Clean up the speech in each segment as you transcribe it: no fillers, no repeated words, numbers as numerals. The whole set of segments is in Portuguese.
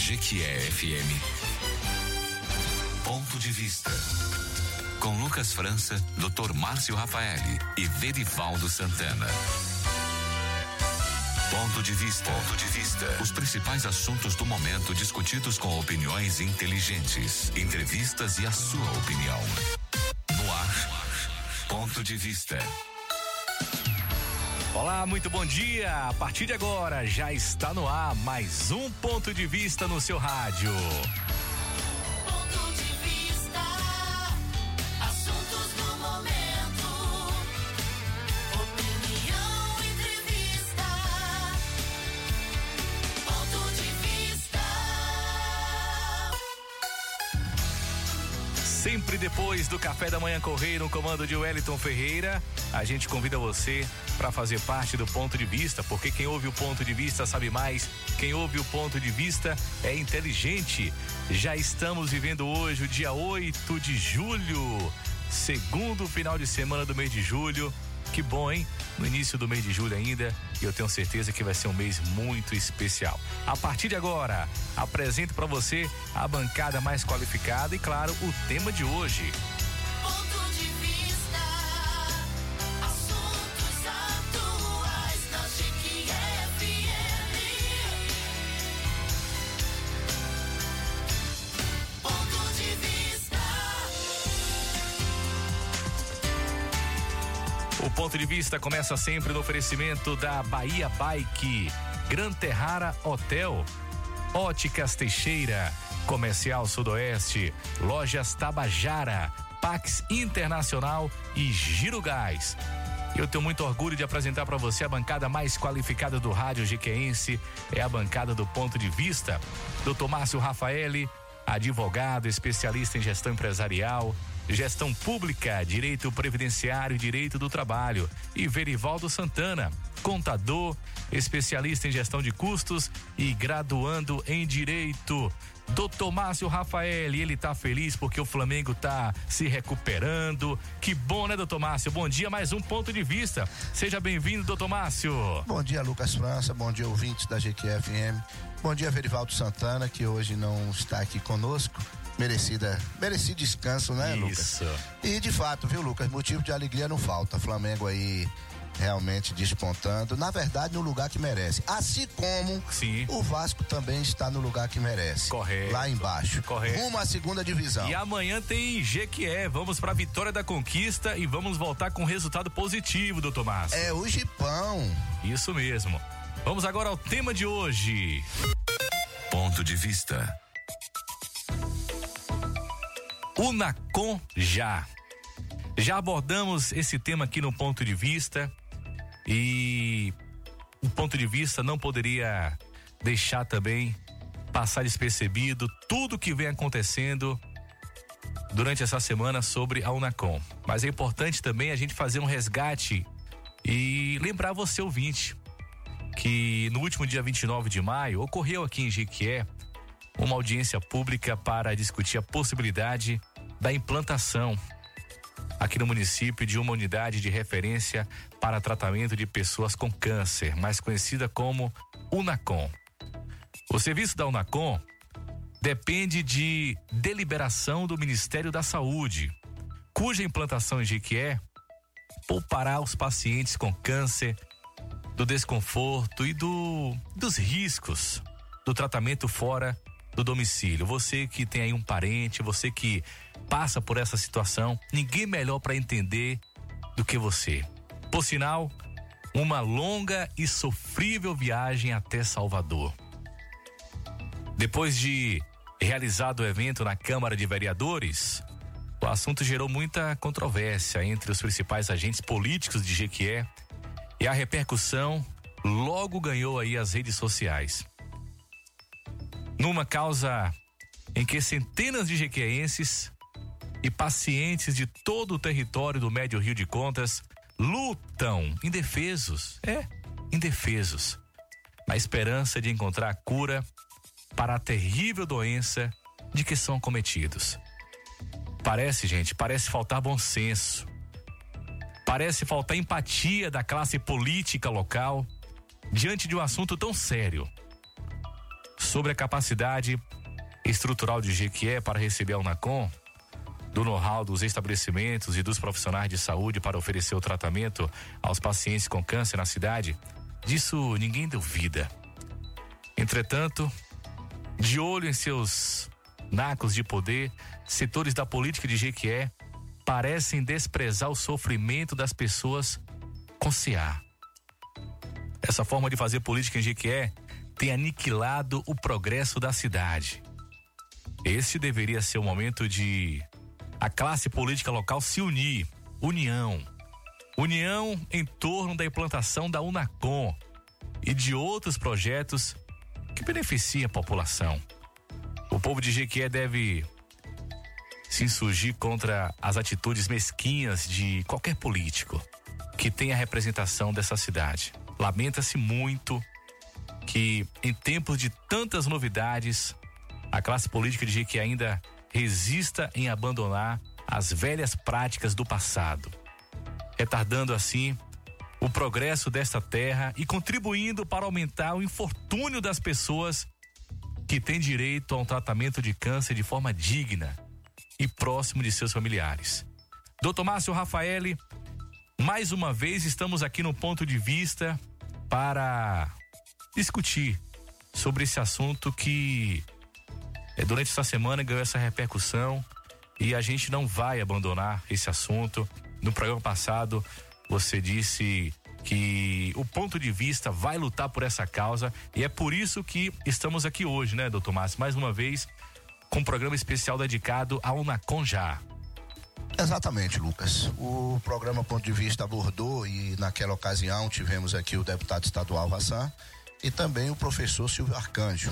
Jequié FM. Ponto de Vista. Com Lucas França, Dr. Márcio Rafaeli e Verivaldo Santana. Ponto de Vista. Ponto de Vista. Os principais assuntos do momento discutidos com opiniões inteligentes. Entrevistas e a sua opinião. No ar. Ponto de Vista. Olá, muito bom dia. A partir de agora já está no ar mais um Ponto de Vista no seu rádio. Ponto de Vista, assuntos do momento, opinião, entrevista. Ponto de Vista. Sempre depois do café da manhã Correio, no comando de Wellington Ferreira, a gente convida você para fazer parte do Ponto de Vista, porque quem ouve o Ponto de Vista sabe mais, quem ouve o Ponto de Vista é inteligente. Já estamos vivendo hoje o dia 8 de julho, segundo final de semana do mês de julho. Que bom, hein? No início do mês de julho ainda, e eu tenho certeza que vai ser um mês muito especial. A partir de agora, apresento para você a bancada mais qualificada e, claro, o tema de hoje. Ponto de Vista, assuntos atuais na Jequié FM. Ponto de Vista. O Ponto de Vista começa sempre no oferecimento da Bahia Bike, Gran Terrara Hotel, Óticas Teixeira, Comercial Sudoeste, Lojas Tabajara, Pax Internacional e Giro Gás. Eu tenho muito orgulho de apresentar para você a bancada mais qualificada do rádio jequiense, é a bancada do Ponto de Vista. Dr. Márcio Rafaeli, advogado, especialista em gestão empresarial, gestão pública, direito previdenciário e direito do trabalho. E Verivaldo Santana, contador, especialista em gestão de custos e graduando em direito. Dr. Márcio Rafaeli, ele tá feliz porque o Flamengo tá se recuperando. Que bom, né, Dr. Márcio? Bom dia, mais um Ponto de Vista. Seja bem-vindo, Dr. Márcio. Bom dia, Lucas França, bom dia, ouvintes da Jequié FM. Bom dia, Verivaldo Santana, que hoje não está aqui conosco. Merecido descanso, né, Isso. Lucas? E de fato, viu, Lucas, motivo de alegria não falta. Flamengo aí realmente despontando, na verdade no lugar que merece, assim como Sim. o Vasco também está no lugar que merece. Correto. Lá embaixo. Correto. Rumo à segunda divisão. E amanhã tem Jequié, vamos pra Vitória da Conquista e vamos voltar com resultado positivo, Dr. Márcio. É o Gipão. Isso mesmo. Vamos agora ao tema de hoje. Ponto de Vista. Unacom já. Já abordamos esse tema aqui no Ponto de Vista e o Ponto de Vista não poderia deixar também passar despercebido tudo que vem acontecendo durante essa semana sobre a Unacom. Mas é importante também a gente fazer um resgate e lembrar você, ouvinte, que no último dia 29 de maio ocorreu aqui em Jequié uma audiência pública para discutir a possibilidade da implantação aqui no município de uma unidade de referência para tratamento de pessoas com câncer, mais conhecida como Unacom. O serviço da Unacom depende de deliberação do Ministério da Saúde, cuja implantação em Jequié poupará os pacientes com câncer do desconforto e dos riscos do tratamento fora do domicílio. Você que tem aí um parente, você que passa por essa situação, ninguém melhor para entender do que você. Por sinal, uma longa e sofrível viagem até Salvador. Depois de realizado o evento na Câmara de Vereadores, o assunto gerou muita controvérsia entre os principais agentes políticos de Jequié e a repercussão logo ganhou aí as redes sociais. Numa causa em que centenas de jequiéenses e pacientes de todo o território do Médio Rio de Contas lutam indefesos, na esperança de encontrar a cura para a terrível doença de que são acometidos. Parece faltar bom senso. Parece faltar empatia da classe política local diante de um assunto tão sério. sobre a capacidade estrutural de Jequié para receber a Unacom, do know-how dos estabelecimentos e dos profissionais de saúde para oferecer o tratamento aos pacientes com câncer na cidade, disso ninguém duvida. Entretanto, de olho em seus nacos de poder, setores da política de Jequié parecem desprezar o sofrimento das pessoas com CA. Essa forma de fazer política em Jequié tem aniquilado o progresso da cidade. Este deveria ser o momento de a classe política local se unir. União em torno da implantação da Unacom e de outros projetos que beneficiem a população. O povo de Jequié deve se insurgir contra as atitudes mesquinhas de qualquer político que tenha representação dessa cidade. Lamenta-se muito que, em tempos de tantas novidades, a classe política de Jequié ainda resista em abandonar as velhas práticas do passado, retardando assim o progresso desta terra e contribuindo para aumentar o infortúnio das pessoas que têm direito a um tratamento de câncer de forma digna e próximo de seus familiares. Dr. Márcio Rafaeli, mais uma vez estamos aqui no Ponto de Vista para discutir sobre esse assunto que durante essa semana ganhou essa repercussão e a gente não vai abandonar esse assunto. No programa passado você disse que o Ponto de Vista vai lutar por essa causa e é por isso que estamos aqui hoje, né, doutor Márcio? Mais uma vez com um programa especial dedicado à Unacom já. Exatamente, Lucas. O programa Ponto de Vista abordou e naquela ocasião tivemos aqui o deputado estadual Hassan e também o professor Silvio Arcanjo.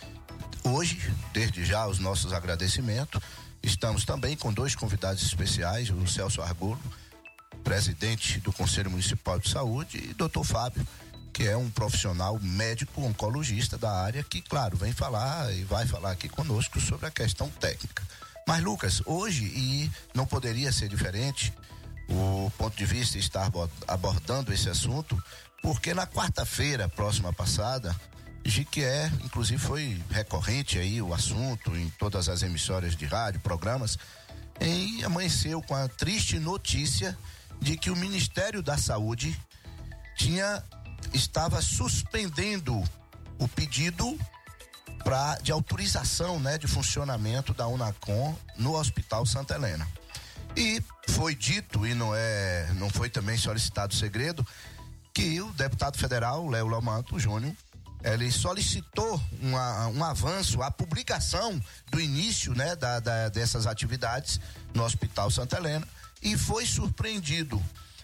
Hoje, desde já, os nossos agradecimentos. Estamos também com dois convidados especiais, o Celso Argolo, presidente do Conselho Municipal de Saúde, e Dr. Fábio, que é um profissional médico oncologista da área, que, claro, vem falar e vai falar aqui conosco sobre a questão técnica. Mas, Lucas, hoje, e não poderia ser diferente, o Ponto de Vista está abordando esse assunto, porque na quarta-feira próxima passada, Jequié, inclusive foi recorrente aí o assunto em todas as emissoras de rádio, programas, e amanheceu com a triste notícia de que o Ministério da Saúde estava suspendendo o pedido de autorização, né, de funcionamento da Unacom no Hospital Santa Helena. E foi dito, e não foi também solicitado segredo, que o deputado federal, Léo Lamanto Júnior, ele solicitou um avanço, a publicação do início, né, dessas atividades no Hospital Santa Helena, e foi surpreendido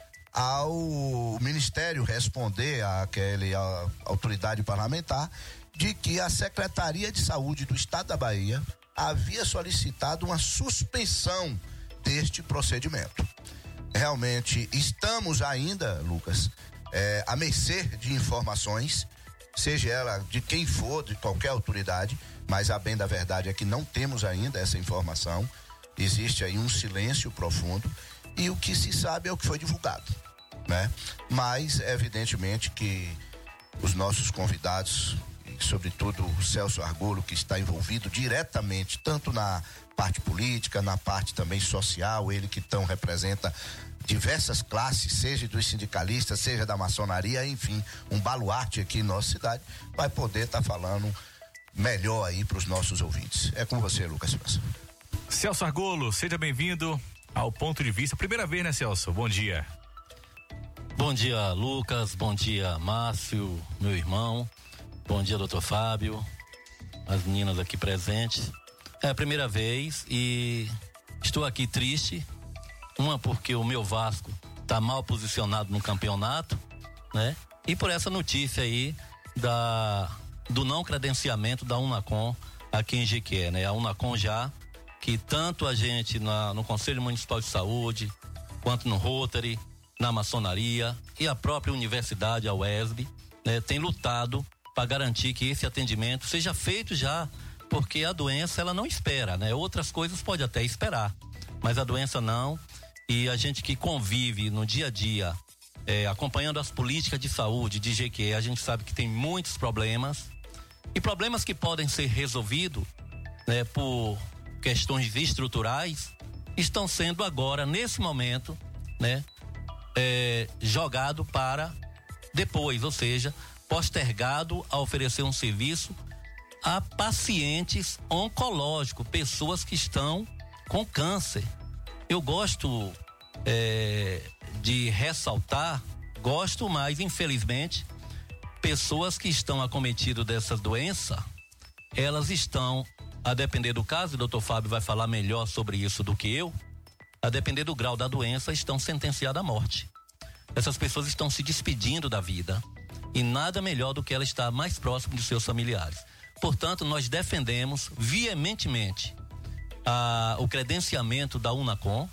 ao Ministério responder àquela autoridade parlamentar de que a Secretaria de Saúde do Estado da Bahia havia solicitado uma suspensão deste procedimento. Realmente estamos ainda, Lucas, à mercê de informações, seja ela de quem for, de qualquer autoridade, mas a bem da verdade é que não temos ainda essa informação. Existe aí um silêncio profundo e o que se sabe é o que foi divulgado, né? Mas evidentemente que os nossos convidados, sobretudo o Celso Argolo, que está envolvido diretamente tanto na parte política, na parte também social, ele que representa diversas classes, seja dos sindicalistas, seja da maçonaria, enfim, um baluarte aqui em nossa cidade, vai poder estar falando melhor aí para os nossos ouvintes. É com você, Lucas França. Celso Argolo, seja bem-vindo ao Ponto de Vista. Primeira vez, né, Celso? Bom dia. Bom dia, Lucas. Bom dia, Márcio, meu irmão. Bom dia, doutor Fábio, as meninas aqui presentes. É a primeira vez e estou aqui triste. Uma porque o meu Vasco está mal posicionado no campeonato, né? E por essa notícia aí do não credenciamento da Unacom aqui em Jequié, né? A Unacom já, que tanto a gente no Conselho Municipal de Saúde, quanto no Rotary, na maçonaria e a própria universidade, a UESB, né, tem lutado para garantir que esse atendimento seja feito já, porque a doença ela não espera, né? Outras coisas pode até esperar, mas a doença não. E a gente que convive no dia a dia, acompanhando as políticas de saúde de Jequié, a gente sabe que tem muitos problemas E problemas que podem ser resolvidos, né, por questões estruturais, estão sendo agora, nesse momento, né, jogado para depois, ou seja, postergado a oferecer um serviço a pacientes oncológicos, pessoas que estão com câncer. Eu gosto de ressaltar, mas infelizmente, pessoas que estão acometidas dessa doença, elas estão, a depender do caso, o doutor Fábio vai falar melhor sobre isso do que eu, a depender do grau da doença, estão sentenciadas à morte. Essas pessoas estão se despedindo da vida e nada melhor do que ela estar mais próximo de seus familiares. Portanto, nós defendemos veementemente o credenciamento da Unacom,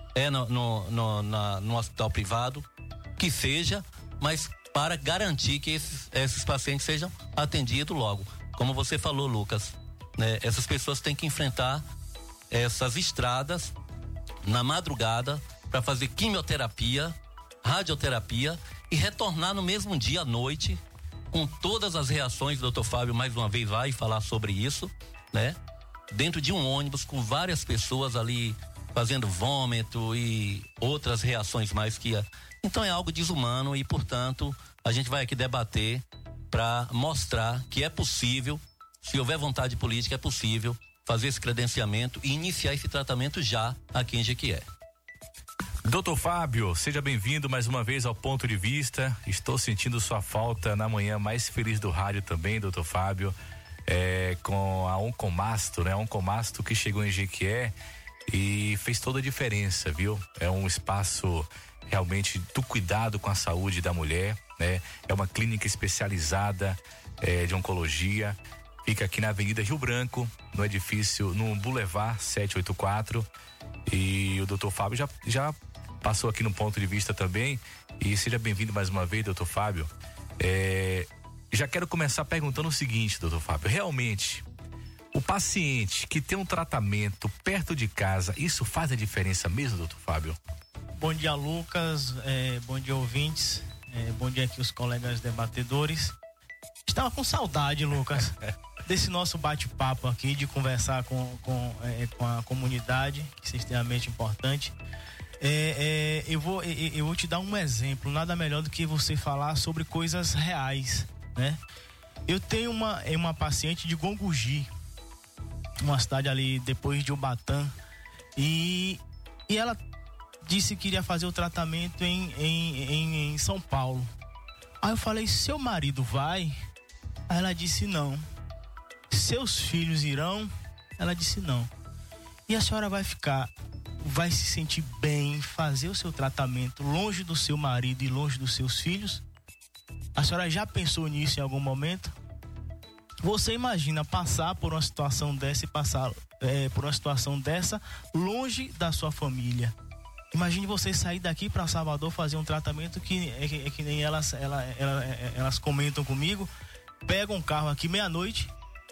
no hospital privado, que seja, mas para garantir que esses pacientes sejam atendidos logo. Como você falou, Lucas, né, essas pessoas têm que enfrentar essas estradas na madrugada para fazer quimioterapia, radioterapia e retornar no mesmo dia à noite com todas as reações. O doutor Fábio mais uma vez vai falar sobre isso, né? Dentro de um ônibus com várias pessoas ali fazendo vômito e outras reações mais que... Então é algo desumano e, portanto, a gente vai aqui debater para mostrar que é possível, se houver vontade política, é possível fazer esse credenciamento e iniciar esse tratamento já aqui em Jequié. Doutor Fábio, seja bem-vindo mais uma vez ao Ponto de Vista. Estou sentindo sua falta na manhã mais feliz do rádio também, doutor Fábio, com a Oncomasto, né? A Oncomasto que chegou em Jequié e fez toda a diferença, viu? É um espaço realmente do cuidado com a saúde da mulher, né? É uma clínica especializada de oncologia. Fica aqui na Avenida Rio Branco, no edifício, no Boulevard 784. E o doutor Fábio já passou aqui no Ponto de Vista também. E seja bem-vindo mais uma vez, doutor Fábio. Já quero começar perguntando o seguinte, doutor Fábio. Realmente, o paciente que tem um tratamento perto de casa, isso faz a diferença mesmo, doutor Fábio? Bom dia, Lucas. Bom dia, ouvintes. Bom dia aqui os colegas debatedores. Estava com saudade, Lucas, desse nosso bate-papo aqui, de conversar com a comunidade, que é extremamente importante. Eu vou te dar um exemplo, nada melhor do que você falar sobre coisas reais, né? Eu tenho uma paciente de Gonguji, uma cidade ali depois de Ubatã, e ela disse que iria fazer o tratamento em São Paulo. Aí eu falei, seu marido vai? Aí ela disse não. Seus filhos irão? Ela disse não. E a senhora vai se sentir bem, fazer o seu tratamento longe do seu marido e longe dos seus filhos? A senhora já pensou nisso em algum momento? Você imagina passar por uma situação dessa e passar por uma situação dessa longe da sua família? Imagine você sair daqui para Salvador fazer um tratamento que nem elas comentam comigo. Pega um carro aqui meia-noite,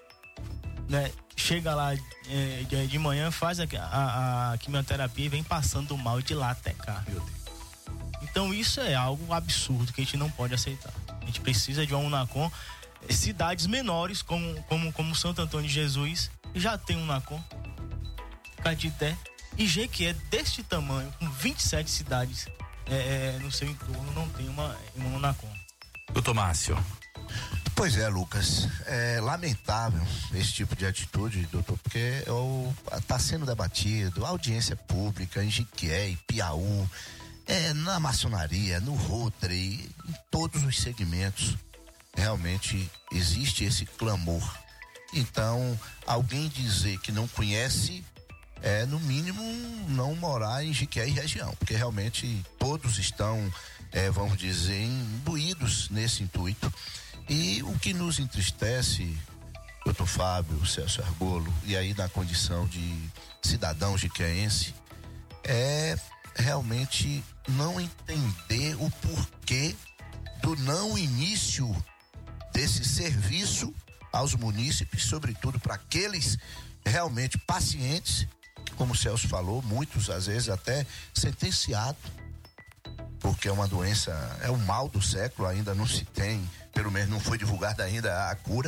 né? Chega lá de manhã, faz a quimioterapia e vem passando mal de lá até cá. Meu Deus. Então isso é algo absurdo que a gente não pode aceitar. A gente precisa de uma Unacom. Cidades menores como Santo Antônio de Jesus já tem Unacom. Caetité e Jequié deste tamanho, com 27 cidades no seu entorno, não tem uma Unacom. Doutor Márcio. Pois é, Lucas, é lamentável esse tipo de atitude, doutor, porque está sendo debatido, audiência pública em Jequié, em Piauí, na maçonaria, no Rotary, em todos os segmentos. Realmente existe esse clamor. Então, alguém dizer que não conhece no mínimo não morar em Jequié e região, porque realmente todos estão, vamos dizer, imbuídos nesse intuito. E o que nos entristece, doutor Fábio, Celso Argolo, e aí na condição de cidadão jequiéense, é realmente não entender o porquê do não início desse serviço aos munícipes, sobretudo para aqueles realmente pacientes, como o Celso falou, muitos às vezes até sentenciados, porque é uma doença, é o mal do século, ainda não se tem, pelo menos não foi divulgada ainda a cura,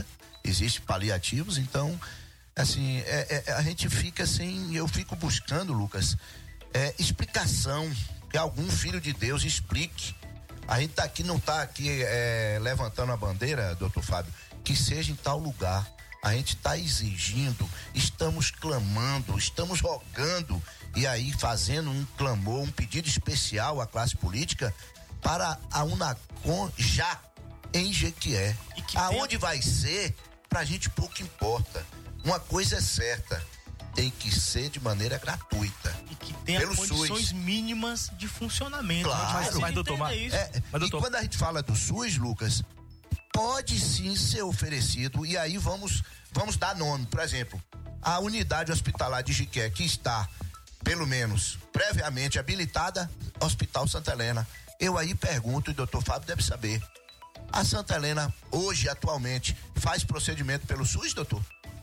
existem paliativos, então, assim, a gente fica assim, eu fico buscando, Lucas, explicação, que algum filho de Deus explique. A gente não tá aqui levantando a bandeira, doutor Fábio, que seja em tal lugar. A gente está exigindo, estamos clamando, estamos rogando e aí fazendo um clamor, um pedido especial à classe política para a Unacom já em Jequié. Aonde vai ser, pra gente pouco importa. Uma coisa é certa, tem que ser de maneira gratuita. E que tenha pelo condições SUS. mínimas de funcionamento. Claro. Mas, doutor, E quando a gente fala do SUS, Lucas, pode sim ser oferecido, e aí vamos dar nome. Por exemplo, a unidade hospitalar de Jequié, que está, pelo menos, previamente habilitada, Hospital Santa Helena. Eu aí pergunto, e o doutor Fábio deve saber, a Santa Helena, hoje, atualmente, faz procedimento pelo SUS, doutor?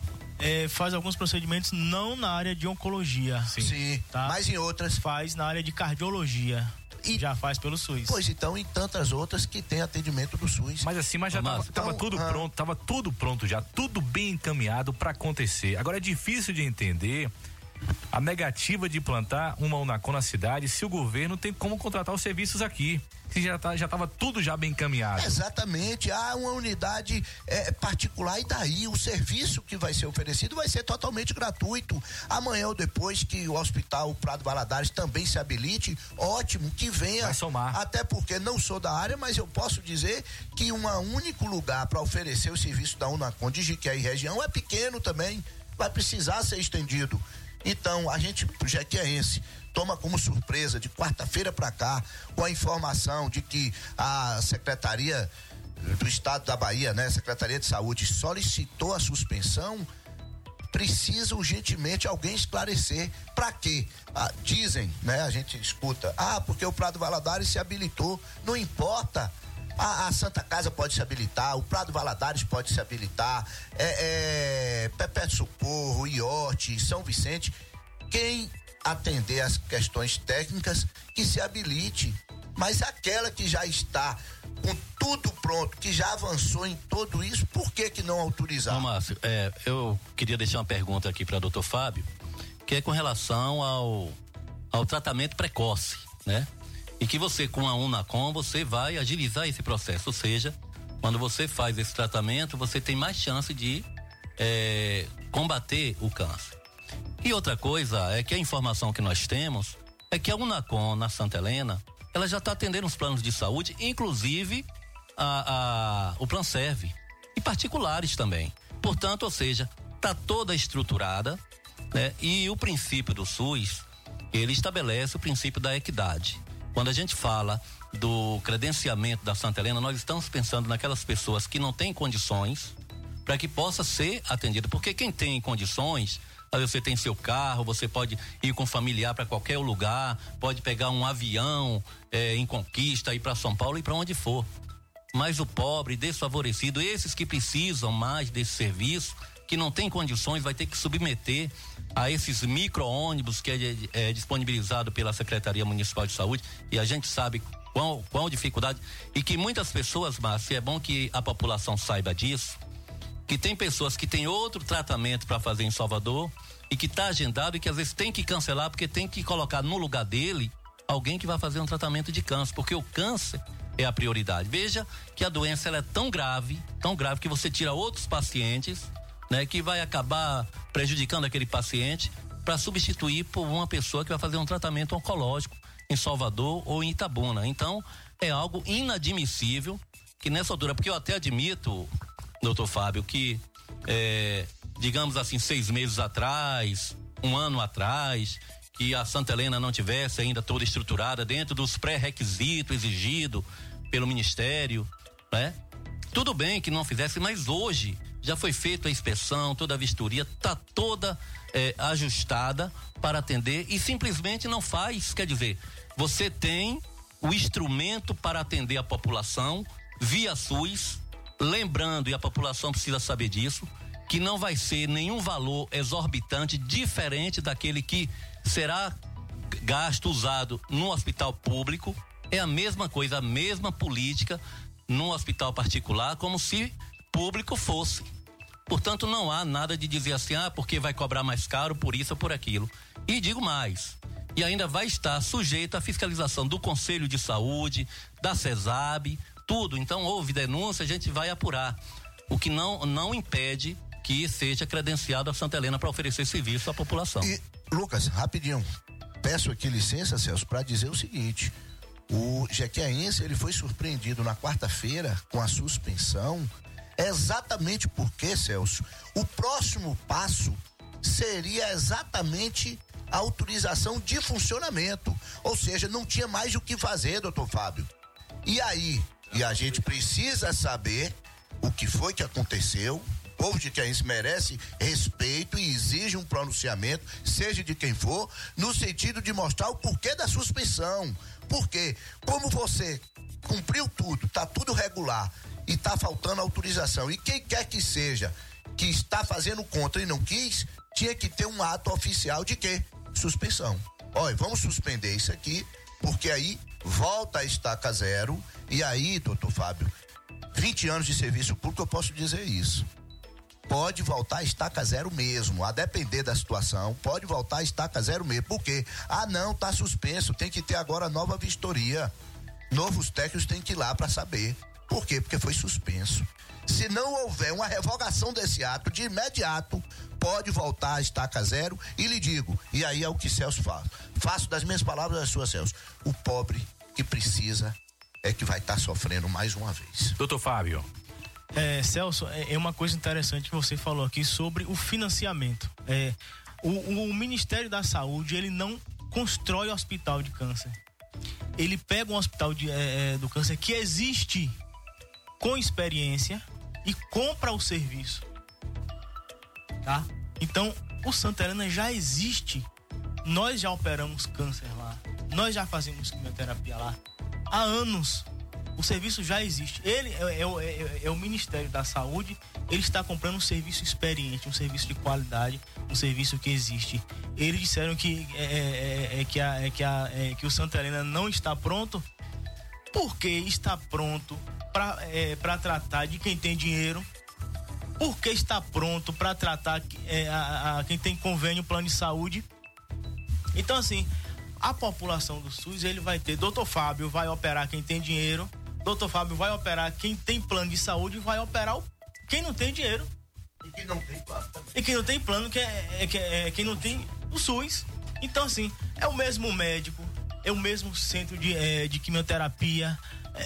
Faz alguns procedimentos não na área de oncologia. Sim, tá? mas em outras. Faz na área de cardiologia. E já faz pelo SUS. Pois então, em tantas outras que tem atendimento do SUS. Mas assim, já tava tudo pronto, tava tudo pronto já, tudo bem encaminhado para acontecer. Agora é difícil de entender a negativa de implantar uma Unacom na cidade se o governo tem como contratar os serviços aqui. Se já tava tudo já bem encaminhado. Exatamente, há uma unidade particular e daí o serviço que vai ser oferecido vai ser totalmente gratuito. Amanhã ou depois que o Hospital Prado Valadares também se habilite, ótimo, que venha. Vai somar. Até porque não sou da área, mas eu posso dizer que um único lugar para oferecer o serviço da Unacom de Jequié e região é pequeno também, vai precisar ser estendido. Então, a gente, jequiéense, toma como surpresa de quarta-feira para cá, com a informação de que a Secretaria do Estado da Bahia, né, Secretaria de Saúde, solicitou a suspensão. Precisa urgentemente alguém esclarecer para quê? Dizem, né, a gente escuta, porque o Prado Valadares se habilitou. Não importa. A Santa Casa pode se habilitar, o Prado Valadares pode se habilitar, Perpétuo Socorro, Iote, São Vicente. Quem atender as questões técnicas, que se habilite. Mas aquela que já está com tudo pronto, que já avançou em tudo isso, por que não autorizar? Não, Márcio, eu queria deixar uma pergunta aqui para doutor Fábio, que é com relação ao tratamento precoce, né? E que você, com a Unacom, você vai agilizar esse processo. Ou seja, quando você faz esse tratamento, você tem mais chance de combater o câncer. E outra coisa é que a informação que nós temos é que a Unacom, na Santa Helena, ela já está atendendo os planos de saúde, inclusive o Planserve, e particulares também. Portanto, ou seja, está toda estruturada, né? E o princípio do SUS, ele estabelece o princípio da equidade. Quando a gente fala do credenciamento da Santa Helena, nós estamos pensando naquelas pessoas que não têm condições para que possa ser atendido. Porque quem tem condições, você tem seu carro, você pode ir com familiar para qualquer lugar, pode pegar um avião em Conquista, ir para São Paulo e para onde for. Mas o pobre, desfavorecido, esses que precisam mais desse serviço, que não tem condições, vai ter que submeter a esses micro-ônibus que é disponibilizado pela Secretaria Municipal de Saúde, e a gente sabe qual dificuldade, e que muitas pessoas, Márcio, é bom que a população saiba disso, que tem pessoas que têm outro tratamento para fazer em Salvador e que está agendado e que às vezes tem que cancelar porque tem que colocar no lugar dele alguém que vai fazer um tratamento de câncer, porque o câncer é a prioridade. Veja que a doença ela é tão grave que você tira outros pacientes, né, que vai acabar prejudicando aquele paciente para substituir por uma pessoa que vai fazer um tratamento oncológico em Salvador ou em Itabuna. Então, é algo inadmissível que nessa altura, porque eu até admito, doutor Fábio, que digamos assim, 6 meses atrás, 1 ano atrás, que a Santa Helena não tivesse ainda toda estruturada dentro dos pré-requisitos exigidos pelo Ministério, né? Tudo bem que não fizesse, mas hoje já foi feita a inspeção, toda a vistoria, está toda ajustada para atender e simplesmente não faz. Quer dizer, você tem o instrumento para atender a população via SUS, lembrando, e a população precisa saber disso, que não vai ser nenhum valor exorbitante diferente daquele que será gasto, usado no hospital público. É a mesma coisa, a mesma política no hospital particular, como se público fosse. Portanto, não há nada de dizer assim, porque vai cobrar mais caro por isso ou por aquilo. E digo mais, e ainda vai estar sujeito à fiscalização do Conselho de Saúde, da CESAB, tudo. Então, houve denúncia, a gente vai apurar. O que não impede que seja credenciado a Santa Helena para oferecer serviço à população. E, Lucas, rapidinho, peço aqui licença, Celso, para dizer o seguinte: o jequiaense, ele foi surpreendido na quarta-feira com a suspensão, exatamente porque, Celso, o próximo passo seria exatamente a autorização de funcionamento, ou seja, não tinha mais o que fazer, doutor Fábio. E aí, a gente precisa saber o que foi que aconteceu. O povo jequiaense merece respeito e exige um pronunciamento, seja de quem for, no sentido de mostrar o porquê da suspensão. Porque, como você cumpriu tudo, tá tudo regular e tá faltando autorização, e quem quer que seja que está fazendo contra e não quis, tinha que ter um ato oficial de quê? Suspensão. Olha, vamos suspender isso aqui, porque aí volta a estaca zero, e aí, doutor Fábio, 20 anos de serviço público, eu posso dizer isso. Pode voltar a estaca zero mesmo, a depender da situação, pode voltar a estaca zero mesmo. Por quê? Não, tá suspenso, tem que ter agora nova vistoria. Novos técnicos têm que ir lá para saber. Por quê? Porque foi suspenso. Se não houver uma revogação desse ato, de imediato, pode voltar a estaca zero. E lhe digo, e aí é o que Celso fala, faço das minhas palavras as suas, Celso. O pobre que precisa é que vai estar sofrendo mais uma vez. Doutor Fábio. Celso, é uma coisa interessante que você falou aqui sobre o financiamento. O Ministério da Saúde, ele não constrói hospital de câncer. Ele pega um hospital do câncer que existe com experiência e compra o serviço, tá? Então, o Santa Helena já existe. Nós já operamos câncer lá. Nós já fazemos quimioterapia lá há anos. O serviço já existe. Ele é o Ministério da Saúde. Ele está comprando um serviço experiente, um serviço de qualidade, um serviço que existe. Eles disseram que o Santa Helena não está pronto, porque está pronto para tratar de quem tem dinheiro, porque está pronto para tratar quem tem convênio, plano de saúde. Então, assim, a população do SUS, ele vai ter, doutor Fábio vai operar quem tem dinheiro, doutor Fábio vai operar quem tem plano de saúde, vai operar quem não tem dinheiro. E quem não tem plano também. E quem não tem plano, quem não tem o SUS. Então, assim, é o mesmo médico, é o mesmo centro de quimioterapia,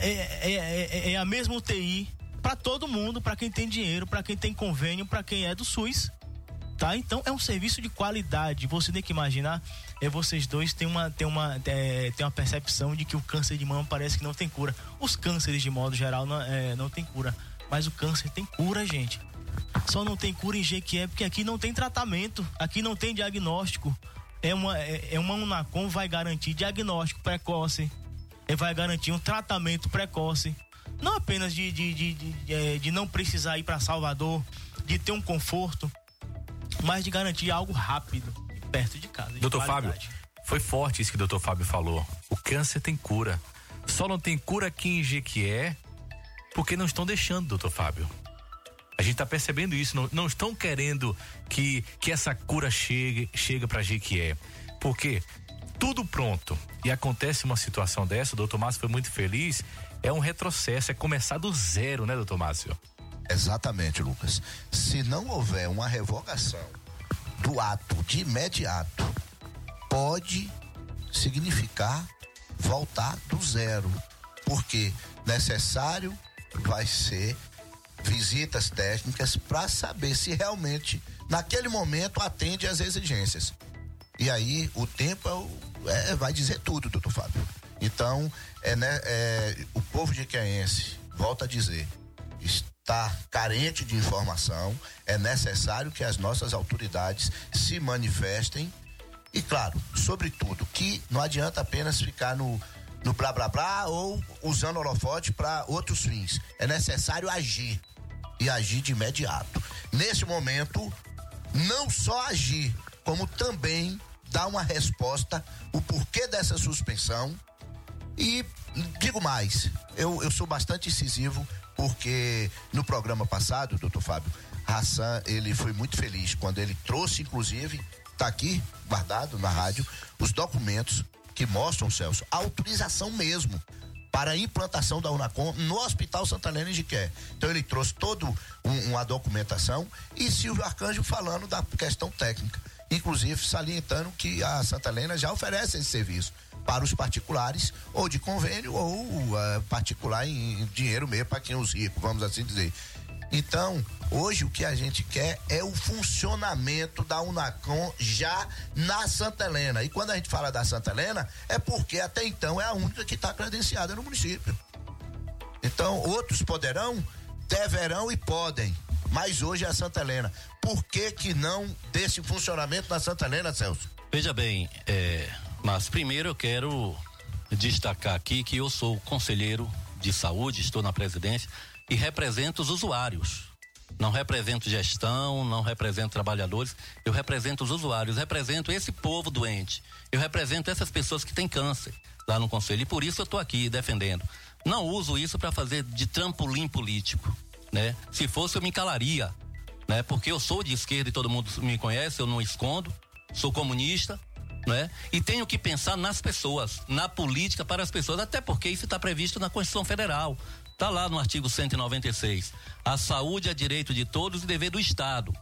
é a mesma UTI para todo mundo, para quem tem dinheiro, para quem tem convênio, para quem é do SUS. Tá? Então é um serviço de qualidade. Você tem que imaginar, vocês dois têm uma percepção de que o câncer de mama parece que não tem cura. Os cânceres, de modo geral, não tem cura. Mas o câncer tem cura, gente. Só não tem cura em Jequié porque aqui não tem tratamento, aqui não tem diagnóstico. Uma Unacom vai garantir diagnóstico precoce, vai garantir um tratamento precoce. Não apenas de não precisar ir para Salvador, de ter um conforto, mas de garantir algo rápido, perto de casa. Doutor Fábio, foi forte isso que o doutor Fábio falou. O câncer tem cura. Só não tem cura aqui em Jequié porque não estão deixando, doutor Fábio. A gente está percebendo isso. Não estão querendo que essa cura chegue para Jequié. Porque tudo pronto e acontece uma situação dessa, o doutor Márcio foi muito feliz, é um retrocesso, é começar do zero, né, doutor Márcio? Exatamente, Lucas. Se não houver uma revogação do ato de imediato, pode significar voltar do zero, porque necessário vai ser visitas técnicas para saber se realmente naquele momento atende às exigências. E aí o tempo vai dizer tudo, doutor Fábio. Então, o povo jequiaense, volta a dizer, está carente de informação, é necessário que as nossas autoridades se manifestem e, claro, sobretudo, que não adianta apenas ficar no blá blá blá ou usando holofote para outros fins. É necessário agir e agir de imediato. Nesse momento, não só agir, como também dar uma resposta, o porquê dessa suspensão e Digo mais, eu sou bastante incisivo, porque no programa passado, doutor Fábio, Hassan, ele foi muito feliz quando ele trouxe, inclusive, tá aqui guardado na rádio, os documentos que mostram, Celso, a autorização mesmo para a implantação da Unacom no Hospital Santa Helena em Jiquié. Então ele trouxe toda uma documentação, e Silvio Arcanjo falando da questão técnica, inclusive salientando que a Santa Helena já oferece esse serviço para os particulares, ou de convênio, ou particular em dinheiro mesmo para quem é os ricos, vamos assim dizer. Então, hoje o que a gente quer é o funcionamento da Unacom já na Santa Helena. E quando a gente fala da Santa Helena, é porque até então é a única que está credenciada no município. Então, outros poderão, deverão e podem, mas hoje é a Santa Helena. Por que não desse funcionamento na Santa Helena, Celso? Veja bem, mas primeiro eu quero destacar aqui que eu sou conselheiro de saúde, estou na presidência e represento os usuários. Não represento gestão, não represento trabalhadores, eu represento os usuários, represento esse povo doente, eu represento essas pessoas que têm câncer lá no conselho, e por isso eu estou aqui defendendo. Não uso isso para fazer de trampolim político, né? Se fosse eu me calaria, né? Porque eu sou de esquerda e todo mundo me conhece, eu não escondo, sou comunista, né? E tenho que pensar nas pessoas, na política para as pessoas, até porque isso está previsto na Constituição Federal. Está lá no artigo 196. A saúde é direito de todos e dever do Estado,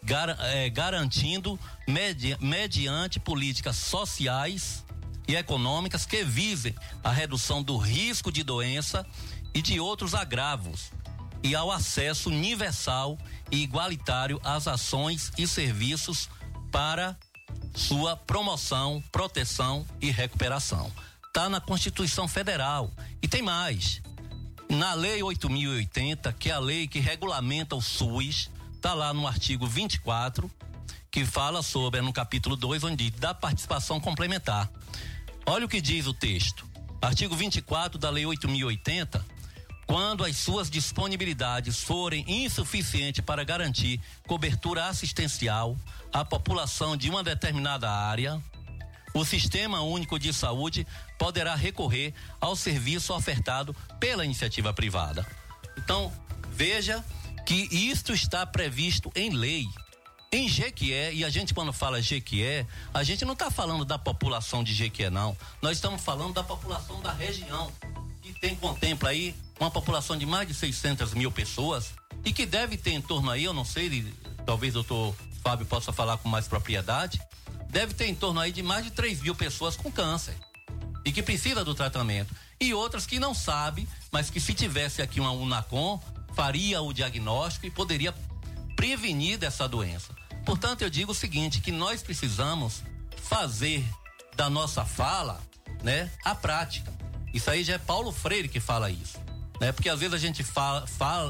garantindo mediante políticas sociais e econômicas que visem a redução do risco de doença e de outros agravos, e ao acesso universal e igualitário às ações e serviços para sua promoção, proteção e recuperação. Está na Constituição Federal. E tem mais. Na Lei 8.080, que é a lei que regulamenta o SUS, está lá no artigo 24, que fala sobre, no capítulo 2, onde diz da participação complementar. Olha o que diz o texto. Artigo 24 da Lei 8.080, quando as suas disponibilidades forem insuficientes para garantir cobertura assistencial à população de uma determinada área, o Sistema Único de Saúde poderá recorrer ao serviço ofertado pela iniciativa privada. Então, veja que isto está previsto em lei. Em Jequié, e a gente quando fala Jequié, a gente não está falando da população de Jequié, não. Nós estamos falando da população da região, que contempla aí uma população de mais de 600 mil pessoas, e que deve ter em torno aí, eu não sei, talvez o doutor Fábio possa falar com mais propriedade, deve ter em torno aí de mais de 3 mil pessoas com câncer e que precisa do tratamento, e outras que não sabem, mas que se tivesse aqui uma Unacom, faria o diagnóstico e poderia prevenir dessa doença. Portanto, eu digo o seguinte, que nós precisamos fazer da nossa fala, né, a prática. Isso aí já é Paulo Freire que fala isso, né? Porque às vezes a gente fala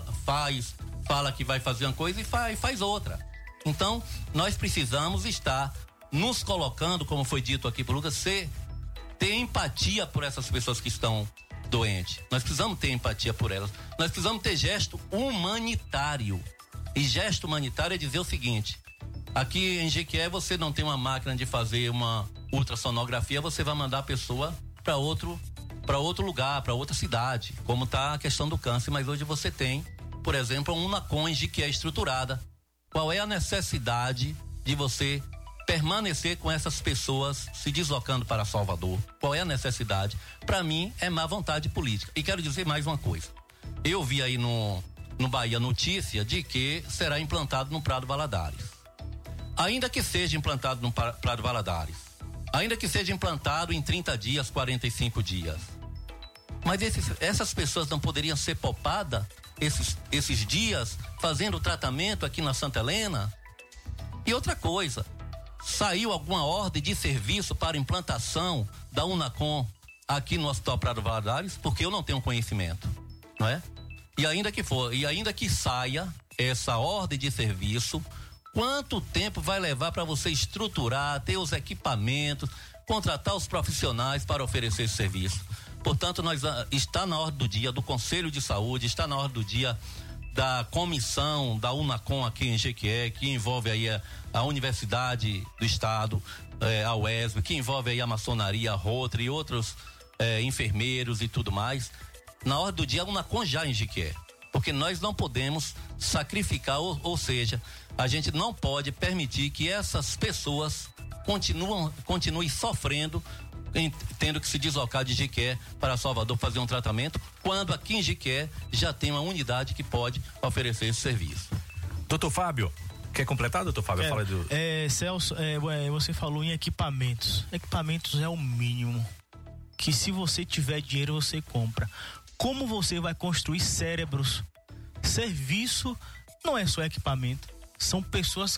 que vai fazer uma coisa e faz outra. Então, nós precisamos estar nos colocando, como foi dito aqui por Lucas, ter empatia por essas pessoas que estão doentes. Nós precisamos ter empatia por elas. Nós precisamos ter gesto humanitário. E gesto humanitário é dizer o seguinte: aqui em Jequié você não tem uma máquina de fazer uma ultrassonografia, você vai mandar a pessoa para outro lugar, para outra cidade, como está a questão do câncer, mas hoje você tem, por exemplo, uma Unacom em Jequié estruturada. Qual é a necessidade de você permanecer com essas pessoas se deslocando para Salvador? Qual é a necessidade? Para mim é má vontade política. E quero dizer mais uma coisa. Eu vi aí no Bahia notícia de que será implantado no Prado Valadares. Ainda que seja implantado no Prado Valadares, ainda que seja implantado em 30 dias, 45 dias, mas essas pessoas não poderiam ser poupadas esses dias fazendo o tratamento aqui na Santa Helena? E outra coisa, saiu alguma ordem de serviço para implantação da Unacom aqui no Hospital Prado Valadares? Porque eu não tenho conhecimento, não é? E ainda que saia essa ordem de serviço, quanto tempo vai levar para você estruturar, ter os equipamentos, contratar os profissionais para oferecer esse serviço? Portanto, está na ordem do dia do Conselho de Saúde, está na ordem do dia da comissão da Unacom aqui em Jequié, que envolve aí a Universidade do Estado, a UESB, que envolve aí a maçonaria, a Rotary e outros enfermeiros e tudo mais. Na hora do dia, a Unacom já em Jequié. Porque nós não podemos sacrificar, ou seja, a gente não pode permitir que essas pessoas continuem sofrendo, tendo que se deslocar de Jequié para Salvador fazer um tratamento, quando aqui em Jequié já tem uma unidade que pode oferecer esse serviço. Doutor Fábio, quer completar, doutor Fábio? Fala do... Celso, você falou em equipamentos. Equipamentos é o mínimo. Que se você tiver dinheiro, você compra. Como você vai construir cérebros? Serviço não é só equipamento. São pessoas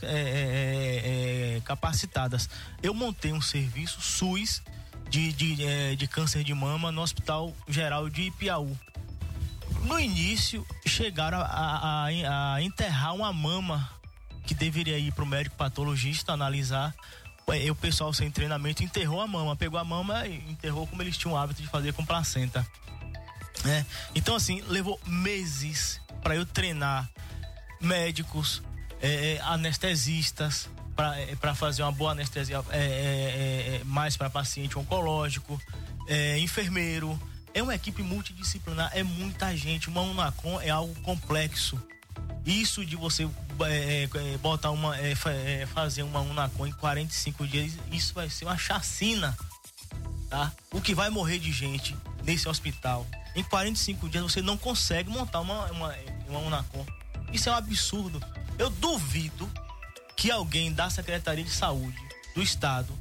capacitadas. Eu montei um serviço SUS de câncer de mama no Hospital Geral de Piauí. No início, chegaram a enterrar uma mama que deveria ir para o médico patologista analisar. O pessoal sem treinamento enterrou a mama, pegou a mama e enterrou como eles tinham o hábito de fazer com placenta. Então, assim, levou meses para eu treinar médicos, anestesistas, para fazer uma boa anestesia mais para paciente oncológico, enfermeiro. É uma equipe multidisciplinar, é muita gente. Uma Unacom é algo complexo. Isso de você botar fazer uma Unacom em 45 dias, isso vai ser uma chacina, tá? O que vai morrer de gente nesse hospital, em 45 dias você não consegue montar uma Unacom. Isso é um absurdo. Eu duvido que alguém da Secretaria de Saúde do Estado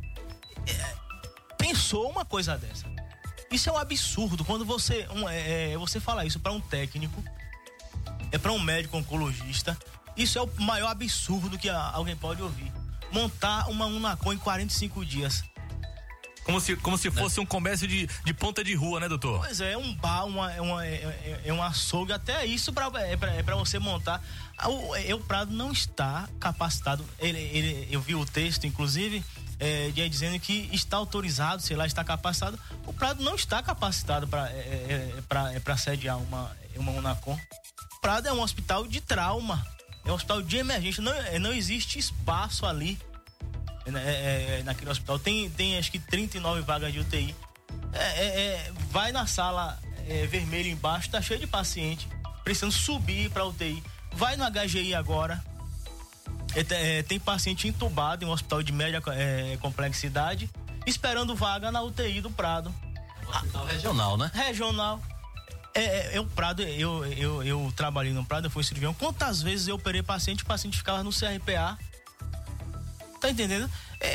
pensou uma coisa dessa. Isso é um absurdo. Quando você fala isso para um técnico, para um médico oncologista, isso é o maior absurdo que alguém pode ouvir. Montar uma Unacom em 45 dias. Como se fosse um comércio de ponta de rua, né, doutor? Pois é, um bar, um açougue, até isso para você montar. O Prado não está capacitado. Eu vi o texto, inclusive, dizendo que está autorizado, sei lá, está capacitado. O Prado não está capacitado para sediar uma Unacom. O Prado é um hospital de trauma, é um hospital de emergência, não existe espaço ali. Naquele hospital tem acho que 39 vagas de UTI. Vai na sala vermelha embaixo, tá cheio de paciente precisando subir para UTI. Vai no HGI agora, tem paciente entubado em um hospital de média complexidade, esperando vaga na UTI do Prado. É um hospital regional, né? Regional. O Prado, eu trabalhei no Prado, eu fui cirurgião. Quantas vezes eu operei paciente, o paciente ficava no CRPA? Tá entendendo?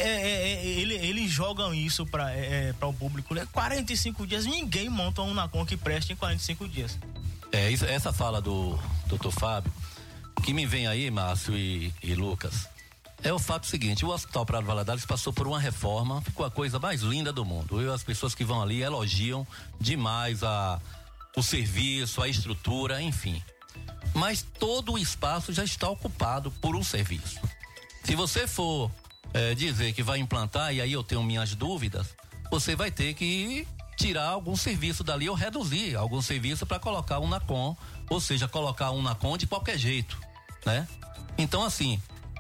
Eles jogam isso para o público. 45 dias, ninguém monta uma Unacom que preste em 45 dias. Essa fala do doutor Fábio, que me vem aí, Márcio e Lucas, é o fato seguinte: o Hospital Prado Valadares passou por uma reforma, ficou a coisa mais linda do mundo. As pessoas que vão ali elogiam demais o serviço, a estrutura, enfim. Mas todo o espaço já está ocupado por um serviço. Se você for dizer que vai implantar, e aí eu tenho minhas dúvidas, você vai ter que tirar algum serviço dali ou reduzir algum serviço para colocar um Unacom, ou seja, colocar um Unacom de qualquer jeito, né? Então, assim,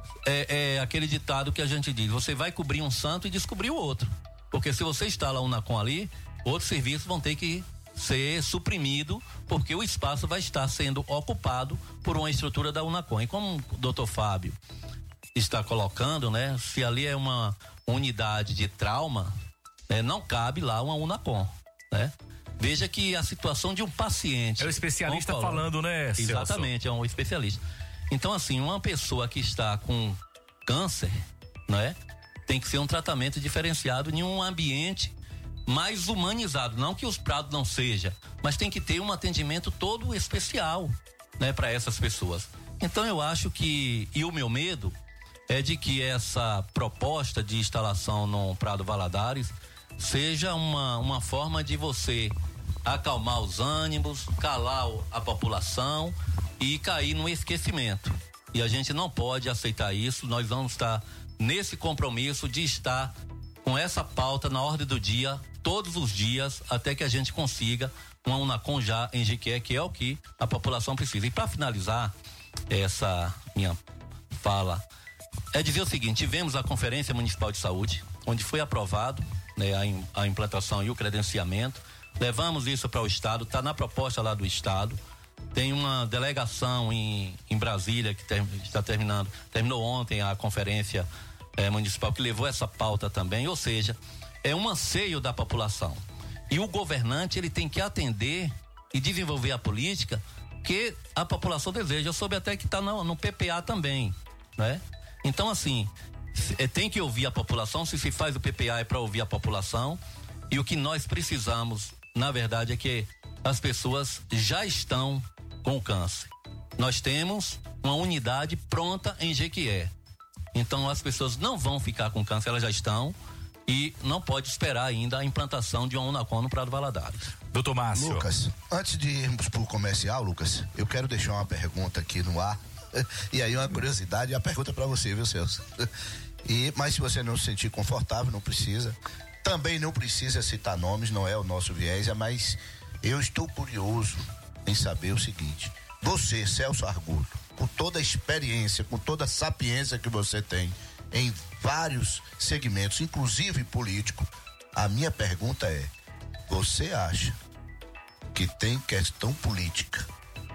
é aquele ditado que a gente diz: você vai cobrir um santo e descobrir o outro. Porque se você instala um Unacom ali, outros serviços vão ter que ser suprimido, porque o espaço vai estar sendo ocupado por uma estrutura da Unacom. E como o doutor Fábio está colocando, né? Se ali é uma unidade de trauma, não cabe lá uma Unacom, né? Veja que a situação de um paciente... É o especialista falando, né, Celso? Exatamente, é um especialista. Então, assim, uma pessoa que está com câncer, né? Tem que ser um tratamento diferenciado em um ambiente mais humanizado. Não que os Prados não seja, mas tem que ter um atendimento todo especial, né? Para essas pessoas. Então, eu acho que... E o meu medo é de que essa proposta de instalação no Prado Valadares seja uma forma de você acalmar os ânimos, calar a população e cair no esquecimento. E a gente não pode aceitar isso. Nós vamos estar nesse compromisso de estar com essa pauta na ordem do dia, todos os dias, até que a gente consiga uma Unacom já em Jequié, que é o que a população precisa. E para finalizar essa minha fala, dizer o seguinte: tivemos a Conferência Municipal de Saúde, onde foi aprovado, né, a implantação e o credenciamento levamos isso para o Estado, está na proposta lá do Estado. Tem uma delegação em Brasília que terminou ontem a conferência municipal que levou essa pauta também, ou seja, é um anseio da população. E o governante, ele tem que atender e desenvolver a política que a população deseja. Eu soube até que está no PPA também, né? Então, assim, tem que ouvir a população. Se faz o PPA é para ouvir a população. E o que nós precisamos, na verdade, é que as pessoas já estão com o câncer. Nós temos uma unidade pronta em Jequié. Então as pessoas não vão ficar com câncer, elas já estão, e não pode esperar ainda a implantação de uma Unacon no Prado Valadares. Doutor Márcio. Lucas, antes de irmos pro comercial, Lucas, eu quero deixar uma pergunta aqui no ar. E aí uma curiosidade, a pergunta é pra você, viu, Celso? Mas se você não se sentir confortável, não precisa. Também não precisa citar nomes, não é o nosso viés, mas eu estou curioso em saber o seguinte: você, Celso Arguto, com toda a experiência, com toda a sapiência que você tem em vários segmentos, inclusive político, a minha pergunta é: você acha que tem questão política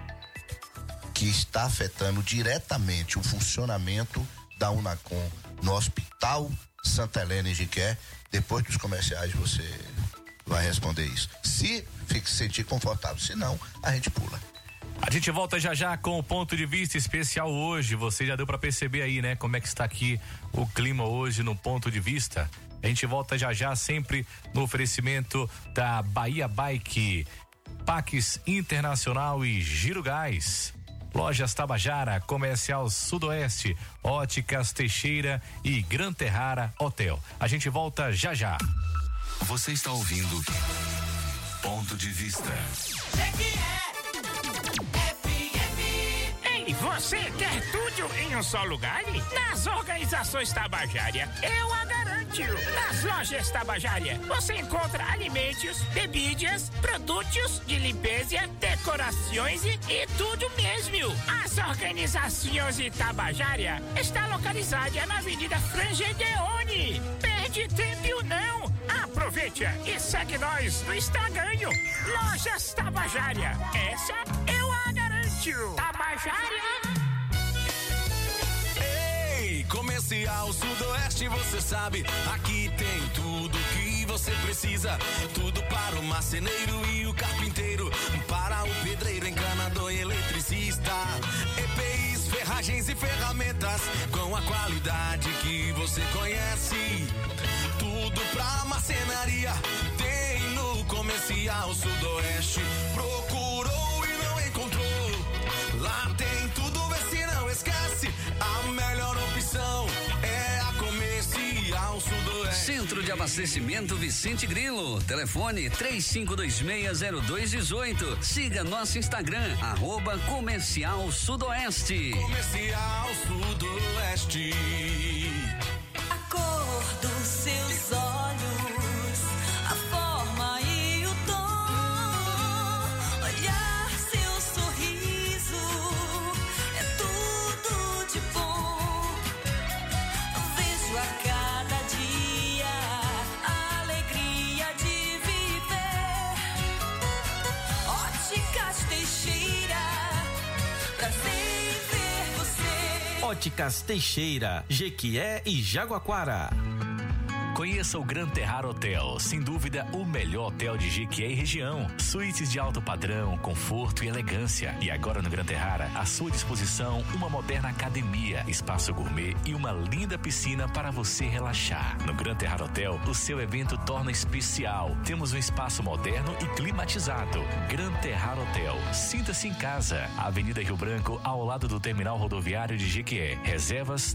que está afetando diretamente o funcionamento da Unacon no Hospital Santa Helena em Jequié? Depois dos comerciais você vai responder isso. Se sentir confortável, se não, a gente pula. A gente volta já com o ponto de vista especial hoje. Você já deu para perceber aí, né? Como é que está aqui o clima hoje no ponto de vista. A gente volta já sempre no oferecimento da Bahia Bike, Pax Internacional e Giro Gás. Lojas Tabajara, Comercial Sudoeste, Óticas Teixeira e Gran Terrara Hotel. A gente volta já. Você está ouvindo Ponto de Vista. Ei, você quer tudo em um só lugar? Nas organizações Tabajara, eu a garanto. Nas lojas Tabajara, você encontra alimentos, bebidas, produtos de limpeza, decorações e tudo mesmo. As organizações Tabajara está localizada na Avenida Frangedeone. Perde tempo não. Aproveite e segue nós no Instagram. Lojas Tabajara. Essa eu a garanto. Tabajara. Comercial Sudoeste, você sabe, aqui tem tudo que você precisa. Tudo para o marceneiro e o carpinteiro, para o pedreiro, encanador e eletricista. EPIs, ferragens e ferramentas com a qualidade que você conhece. Tudo pra marcenaria tem no Comercial Sudoeste. Procurou e não encontrou, lá tem tudo, vê se não esquece. A melhor opção é a Comercial Sudoeste. Centro de Abastecimento Vicente Grilo. Telefone 35260218. Siga nosso Instagram, @Comercial Sudoeste. Comercial Sudoeste. A cor dos seus olhos, a forma e o tom, olhar seu sorriso, é tudo de bom. Vejo a cada dia a alegria de viver. Óticas Teixeira, prazer em ver você. Óticas Teixeira, Jequié e Jaguaquara. Conheça o Gran Terrara Hotel, sem dúvida o melhor hotel de Jequié e região. Suítes de alto padrão, conforto e elegância. E agora no Gran Terrara, à sua disposição, uma moderna academia, espaço gourmet e uma linda piscina para você relaxar. No Gran Terrara Hotel, o seu evento torna especial. Temos um espaço moderno e climatizado. Gran Terrara Hotel, sinta-se em casa. Avenida Rio Branco, ao lado do terminal rodoviário de Jequié. Reservas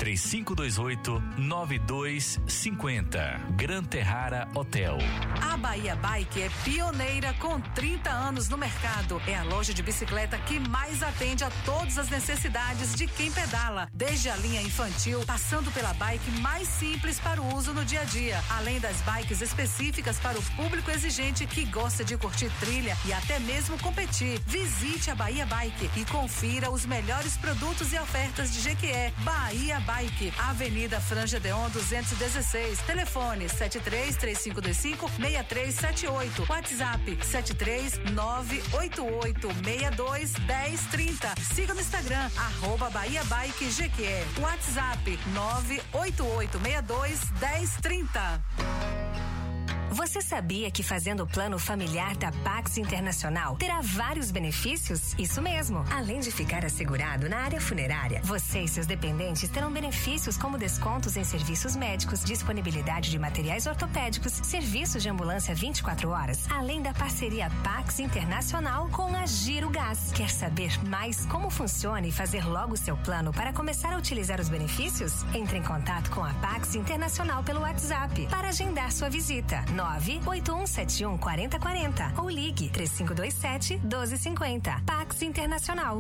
3528-9250. Gran Terrara Hotel. A Bahia Bike é pioneira com 30 anos no mercado. É a loja de bicicleta que mais atende a todas as necessidades de quem pedala, desde a linha infantil, passando pela bike mais simples para o uso no dia a dia, além das bikes específicas para o público exigente que gosta de curtir trilha e até mesmo competir. Visite a Bahia Bike e confira os melhores produtos e ofertas de Jequié. Bahia Bike, Avenida Frangedeon 216, telefone Telefone 73-3525-6378. WhatsApp 73988621030. Siga no Instagram, Bahia Bike Jequié. WhatsApp 988621030. Você sabia que fazendo o plano familiar da Pax Internacional terá vários benefícios? Isso mesmo. Além de ficar assegurado na área funerária, você e seus dependentes terão benefícios como descontos em serviços médicos, disponibilidade de materiais ortopédicos, serviços de ambulância 24 horas, além da parceria Pax Internacional com a Giro Gás. Quer saber mais como funciona e fazer logo seu plano para começar a utilizar os benefícios? Entre em contato com a Pax Internacional pelo WhatsApp para agendar sua visita. 981714040 ou ligue 3527-1250. Pax Internacional.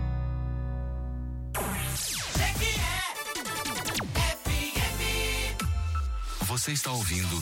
Você está ouvindo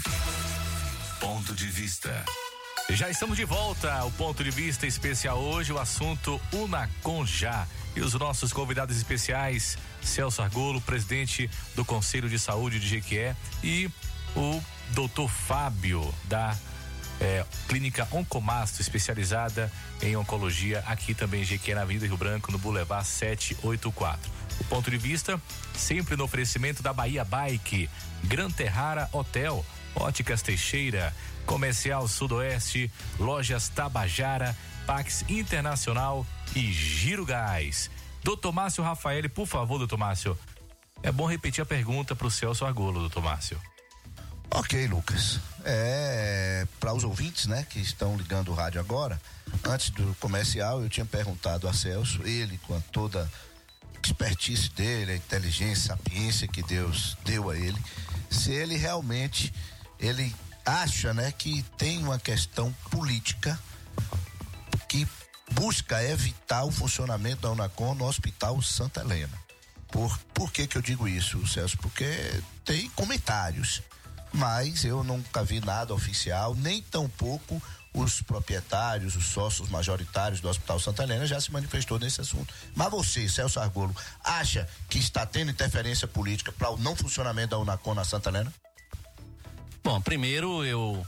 Ponto de Vista. Já estamos de volta. O Ponto de Vista especial hoje, o assunto Unaconjá. E os nossos convidados especiais, Celso Argolo, presidente do Conselho de Saúde de Jequié, e o Dr. Fábio, da Clínica Oncomasto, especializada em oncologia, aqui também em Jequié, na Avenida Rio Branco, no Boulevard 784. O Ponto de Vista, sempre no oferecimento da Bahia Bike, Gran Terrara Hotel, Óticas Teixeira, Comercial Sudoeste, Lojas Tabajara, Pax Internacional e Giro Gás. Doutor Márcio Rafael, por favor, doutor Márcio, é bom repetir a pergunta para o Celso Argolo, doutor Márcio. Ok, Lucas. Para os ouvintes, né, que estão ligando o rádio agora, antes do comercial, eu tinha perguntado a Celso, ele com toda a expertise dele, a inteligência, a sapiência que Deus deu a ele, se ele realmente, ele acha, né, que tem uma questão política que busca evitar o funcionamento da Unacon no Hospital Santa Helena. Por que eu digo isso, Celso? Porque tem comentários, mas eu nunca vi nada oficial, nem tampouco os proprietários, os sócios majoritários do Hospital Santa Helena já se manifestou nesse assunto. Mas você, Celso Argolo, acha que está tendo interferência política para o não funcionamento da Unacon na Santa Helena? Bom, primeiro eu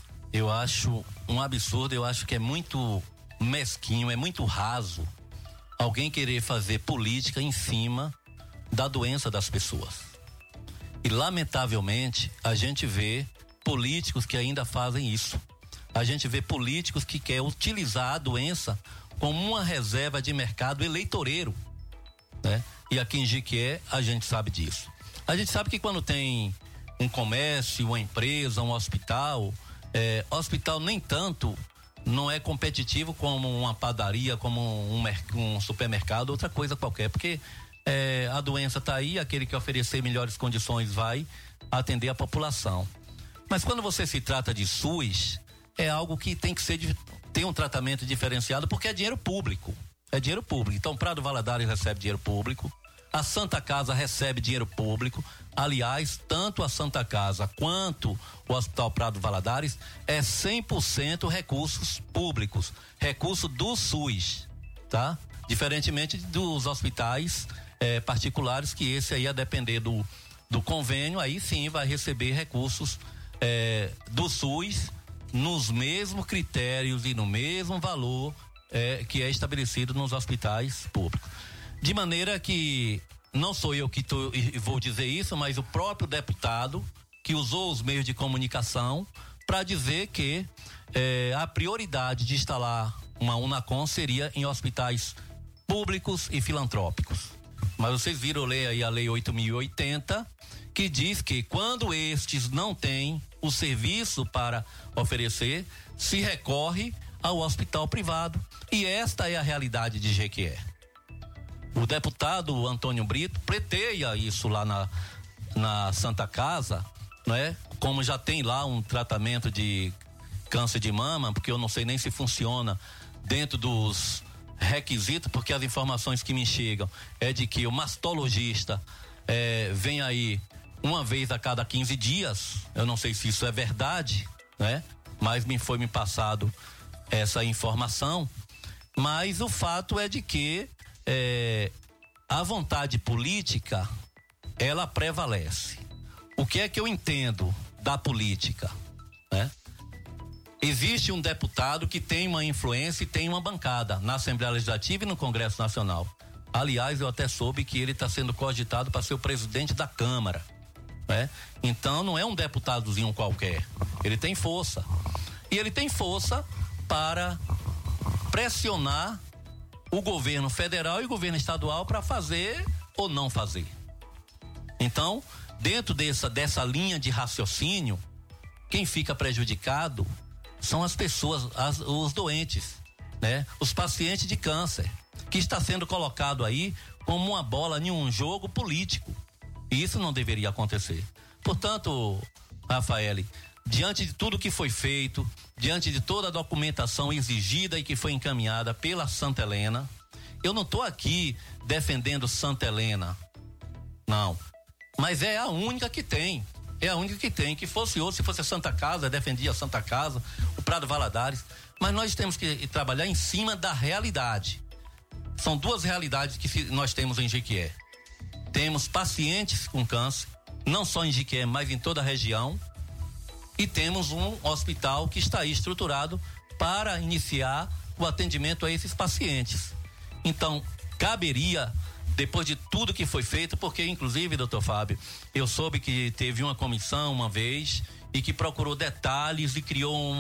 acho um absurdo, eu acho que é muito mesquinho, é muito raso alguém querer fazer política em cima da doença das pessoas. E lamentavelmente a gente vê políticos que ainda fazem isso. A gente vê políticos que querem utilizar a doença como uma reserva de mercado eleitoreiro, né? E aqui em Jequié a gente sabe disso. A gente sabe que quando tem um comércio, uma empresa, um hospital, hospital nem tanto não é competitivo como uma padaria, como um supermercado, outra coisa qualquer, porque a doença está aí, aquele que oferecer melhores condições vai atender a população. Mas quando você se trata de SUS, é algo que tem que ter um tratamento diferenciado, porque é dinheiro público. É dinheiro público. Então, Prado Valadares recebe dinheiro público, a Santa Casa recebe dinheiro público. Aliás, tanto a Santa Casa quanto o Hospital Prado Valadares é 100% recursos públicos, recurso do SUS, tá? Diferentemente dos hospitais particulares, que esse aí, a depender do convênio, aí sim vai receber recursos do SUS nos mesmos critérios e no mesmo valor que é estabelecido nos hospitais públicos. De maneira que não sou eu que vou dizer isso, mas o próprio deputado que usou os meios de comunicação para dizer que a prioridade de instalar uma Unacon seria em hospitais públicos e filantrópicos. Mas vocês viram ler aí a Lei 8.080, que diz que quando estes não têm o serviço para oferecer, se recorre ao hospital privado. E esta é a realidade de Jequié. O deputado Antônio Brito pleiteia isso lá na Santa Casa, né? Como já tem lá um tratamento de câncer de mama, porque eu não sei nem se funciona dentro dos requisitos, porque as informações que me chegam é de que o mastologista vem aí uma vez a cada 15 dias. Eu não sei se isso é verdade, né? Mas foi me passado essa informação. Mas o fato é de que a vontade política, ela prevalece. O que é que eu entendo da política, né? Existe um deputado que tem uma influência e tem uma bancada na Assembleia Legislativa e no Congresso Nacional. Aliás, eu até soube que ele está sendo cogitado para ser o presidente da Câmara, né? Então não é um deputadozinho qualquer. Ele tem força. E ele tem força para pressionar o governo federal e o governo estadual para fazer ou não fazer. Então, dentro dessa linha de raciocínio, quem fica prejudicado são as pessoas, os doentes, né? Os pacientes de câncer, que está sendo colocado aí como uma bola em um jogo político. E isso não deveria acontecer. Portanto, Rafael, diante de tudo que foi feito, diante de toda a documentação exigida e que foi encaminhada pela Santa Helena, eu não estou aqui defendendo Santa Helena, não. Mas é a única que tem. É a única que tem. Que fosse outro, se fosse a Santa Casa, defendia a Santa Casa, o Prado Valadares. Mas nós temos que trabalhar em cima da realidade. São duas realidades que nós temos em Jequié. Temos pacientes com câncer, não só em Jequié, mas em toda a região. E temos um hospital que está aí estruturado para iniciar o atendimento a esses pacientes. Então, caberia, depois de tudo que foi feito, porque inclusive, doutor Fábio, eu soube que teve uma comissão uma vez e que procurou detalhes e criou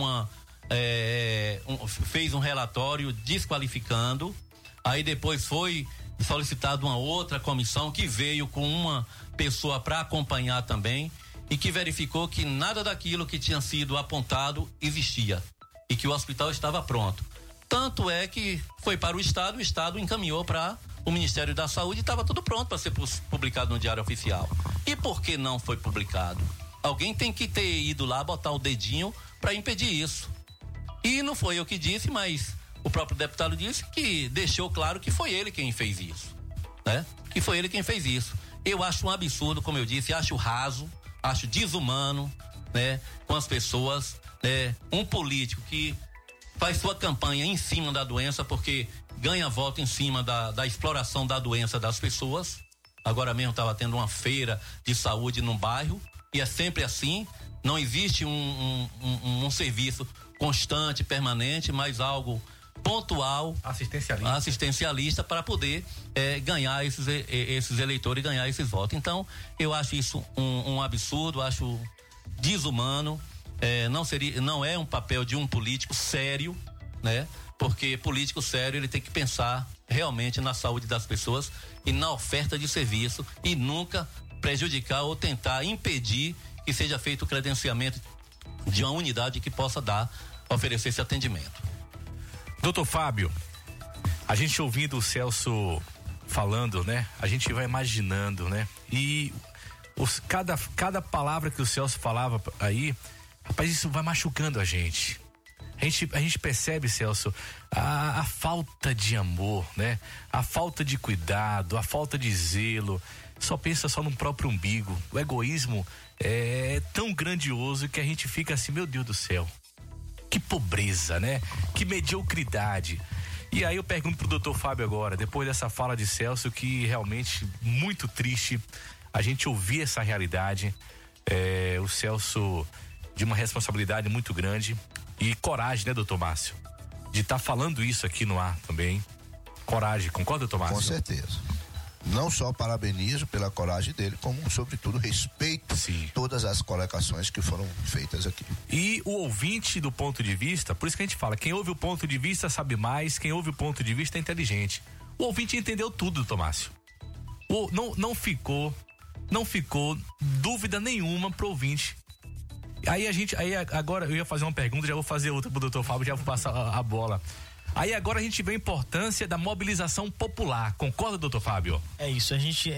fez um relatório desqualificando. Aí depois foi solicitado uma outra comissão que veio com uma pessoa para acompanhar também e que verificou que nada daquilo que tinha sido apontado existia e que o hospital estava pronto. Tanto é que foi para o Estado encaminhou para o Ministério da Saúde e estava tudo pronto para ser publicado no Diário Oficial. E por que não foi publicado? Alguém tem que ter ido lá botar o dedinho para impedir isso. E não foi eu que disse, mas o próprio deputado disse que deixou claro que foi ele quem fez isso, né? Que foi ele quem fez isso. Eu acho um absurdo, como eu disse, acho raso, acho desumano, né? Com as pessoas, né? Um político que faz sua campanha em cima da doença porque ganha voto em cima da exploração da doença das pessoas. Agora mesmo estava tendo uma feira de saúde num bairro e é sempre assim, não existe um serviço constante, permanente, mas algo pontual, assistencialista para poder ganhar esses eleitores, ganhar esses votos. Então, eu acho isso um absurdo, acho desumano. Não é um papel de um político sério, né? Porque político sério ele tem que pensar realmente na saúde das pessoas e na oferta de serviço e nunca prejudicar ou tentar impedir que seja feito o credenciamento de uma unidade que possa oferecer esse atendimento. Doutor Fábio, a gente ouvindo o Celso falando, né? A gente vai imaginando, né? E cada palavra que o Celso falava aí, rapaz, isso vai machucando a gente. A gente percebe, Celso, a falta de amor, né? A falta de cuidado, a falta de zelo. Só pensa só no próprio umbigo. O egoísmo é tão grandioso que a gente fica assim, meu Deus do céu. Que pobreza, né? Que mediocridade. E aí eu pergunto pro doutor Fábio agora, depois dessa fala de Celso, que realmente muito triste a gente ouvir essa realidade. O Celso de uma responsabilidade muito grande e coragem, né, doutor Márcio? De estar falando isso aqui no ar também. Coragem, concorda, doutor Márcio? Com certeza. Não só parabenizo pela coragem dele, como, sobretudo, respeito todas as colocações que foram feitas aqui. E o ouvinte do ponto de vista, por isso que a gente fala, quem ouve o ponto de vista sabe mais, quem ouve o ponto de vista é inteligente. O ouvinte entendeu tudo, doutor Márcio. Não ficou dúvida nenhuma pro ouvinte. Aí agora eu ia fazer uma pergunta, já vou fazer outra pro doutor Fábio, já vou passar a bola. Aí agora a gente vê a importância da mobilização popular. Concorda, doutor Fábio? É isso, a gente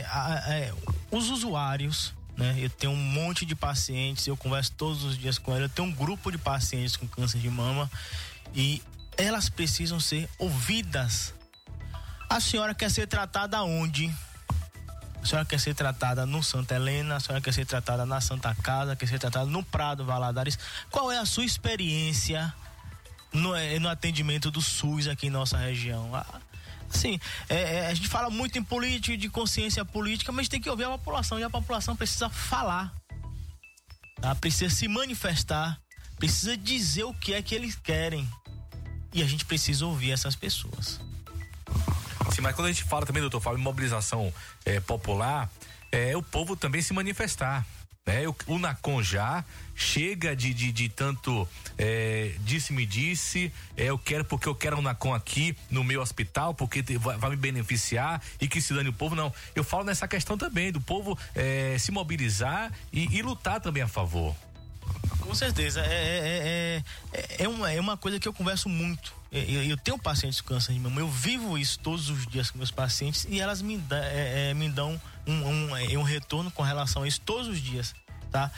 os usuários, né? Eu tenho um monte de pacientes, eu converso todos os dias com eles, eu tenho um grupo de pacientes com câncer de mama e elas precisam ser ouvidas. A senhora quer ser tratada onde? A senhora quer ser tratada no Santa Helena, a senhora quer ser tratada na Santa Casa, quer ser tratada no Prado Valadares. Qual é a sua experiência no atendimento do SUS aqui em nossa região? Assim, a gente fala muito em política, de consciência política, mas tem que ouvir a população e a população precisa falar. tá? Precisa se manifestar, precisa dizer o que é que eles querem. E a gente precisa ouvir essas pessoas. Sim, mas quando a gente fala também, doutor Fábio, em mobilização popular, o povo também se manifestar. O NACON já chega de tanto disse-me-disse, eu quero porque eu quero um NACON aqui no meu hospital, porque vai me beneficiar e que se dane o povo. Não, eu falo nessa questão também do povo se mobilizar e lutar também a favor. Com certeza, é uma coisa que eu converso muito. Eu tenho pacientes com câncer de mama, eu vivo isso todos os dias com meus pacientes e elas me dão um retorno com relação a isso todos os dias, tá?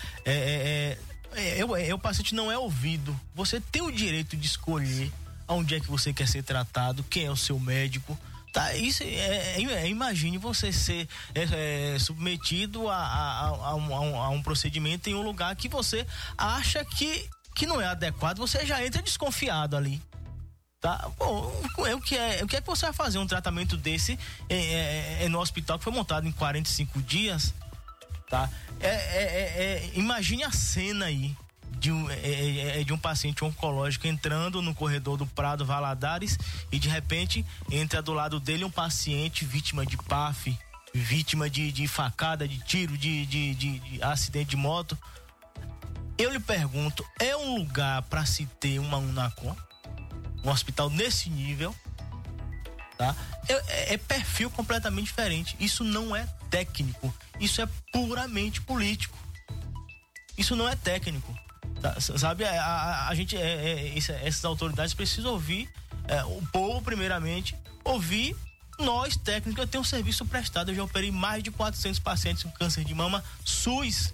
O paciente não é ouvido. Você tem o direito de escolher onde é que você quer ser tratado, quem é o seu médico, tá? Isso imagine você ser submetido a um procedimento em um lugar que você acha que não é adequado, você já entra desconfiado ali. Tá? Bom, o que é que você vai fazer um tratamento desse no hospital que foi montado em 45 dias, tá? Imagine a cena aí de um paciente oncológico entrando no corredor do Prado Valadares e de repente entra do lado dele um paciente vítima de PAF, vítima de facada, de tiro, de acidente de moto. Eu lhe pergunto, é um lugar para se ter uma UNACON? Um hospital nesse nível, tá? É perfil completamente diferente. Isso não é técnico, isso é puramente político. Isso não é técnico, tá? Sabe? A gente, essas autoridades precisam ouvir o povo primeiramente, ouvir nós técnicos. Eu tenho um serviço prestado, eu já operei mais de 400 pacientes com câncer de mama SUS,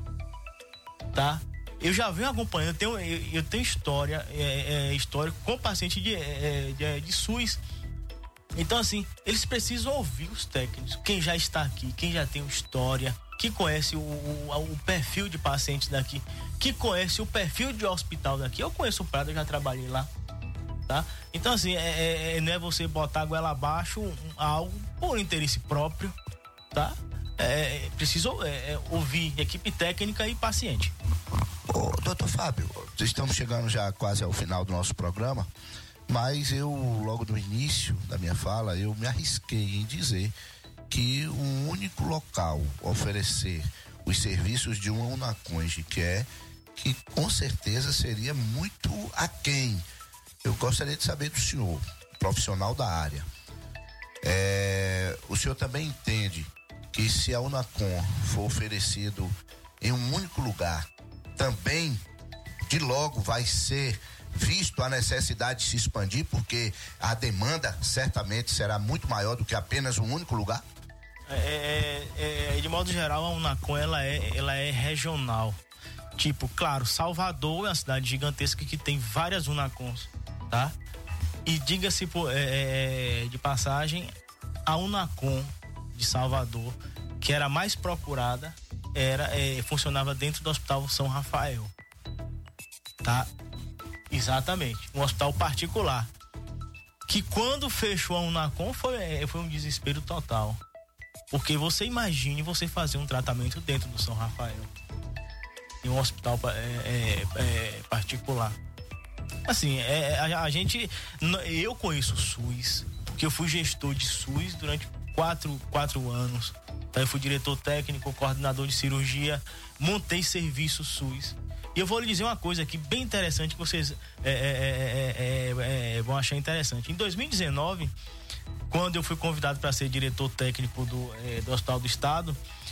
tá? Eu já venho acompanhando, eu tenho histórico com paciente de SUS. Então, assim, eles precisam ouvir os técnicos, quem já está aqui, quem já tem história, que conhece o perfil de pacientes daqui, que conhece o perfil de hospital daqui. Eu conheço o Prado, eu já trabalhei lá, tá? Então, assim, não é você botar a goela abaixo algo por interesse próprio, tá? Preciso ouvir equipe técnica e paciente. Ô, doutor Fábio, estamos chegando já quase ao final do nosso programa, mas eu, logo no início da minha fala, eu me arrisquei em dizer que um único local oferecer os serviços de uma UNACONGE que com certeza seria muito aquém. Eu gostaria de saber do senhor, profissional da área. O senhor também entende que se a UNACON for oferecido em um único lugar, também de logo vai ser visto a necessidade de se expandir, porque a demanda certamente será muito maior do que apenas um único lugar? De modo geral, a UNACON ela é regional. Tipo, claro, Salvador é uma cidade gigantesca que tem várias UNACONs, tá? E diga-se de passagem, a UNACON de Salvador, que era mais procurada, funcionava dentro do Hospital São Rafael, tá? Exatamente, um hospital particular, que quando fechou a UNACON foi um desespero total, porque você imagine você fazer um tratamento dentro do São Rafael, em um hospital particular. Assim, eu conheço o SUS, porque eu fui gestor de SUS durante 4 anos. Eu fui diretor técnico, coordenador de cirurgia, montei serviço SUS. E eu vou lhe dizer uma coisa aqui bem interessante que vocês vão achar interessante. Em 2019, quando eu fui convidado para ser diretor técnico do Hospital do Estado,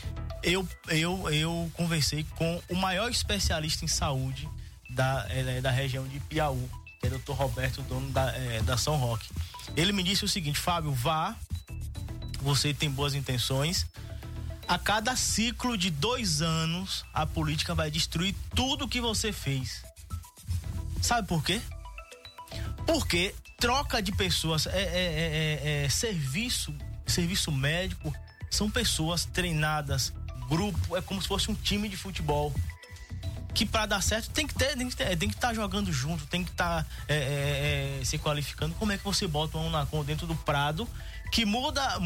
eu conversei com o maior especialista em saúde da região de Piauí, que é o Dr. Roberto, dono da São Roque. Ele me disse o seguinte: Fábio, vá, você tem boas intenções. A cada ciclo de 2 anos, a política vai destruir tudo que você fez. Sabe por quê? Porque troca de pessoas, serviço médico, são pessoas treinadas, grupo, é como se fosse um time de futebol. Que para dar certo tem que estar jogando junto, tem que estar se qualificando. Como é que você bota uma UNACON dentro do Prado que muda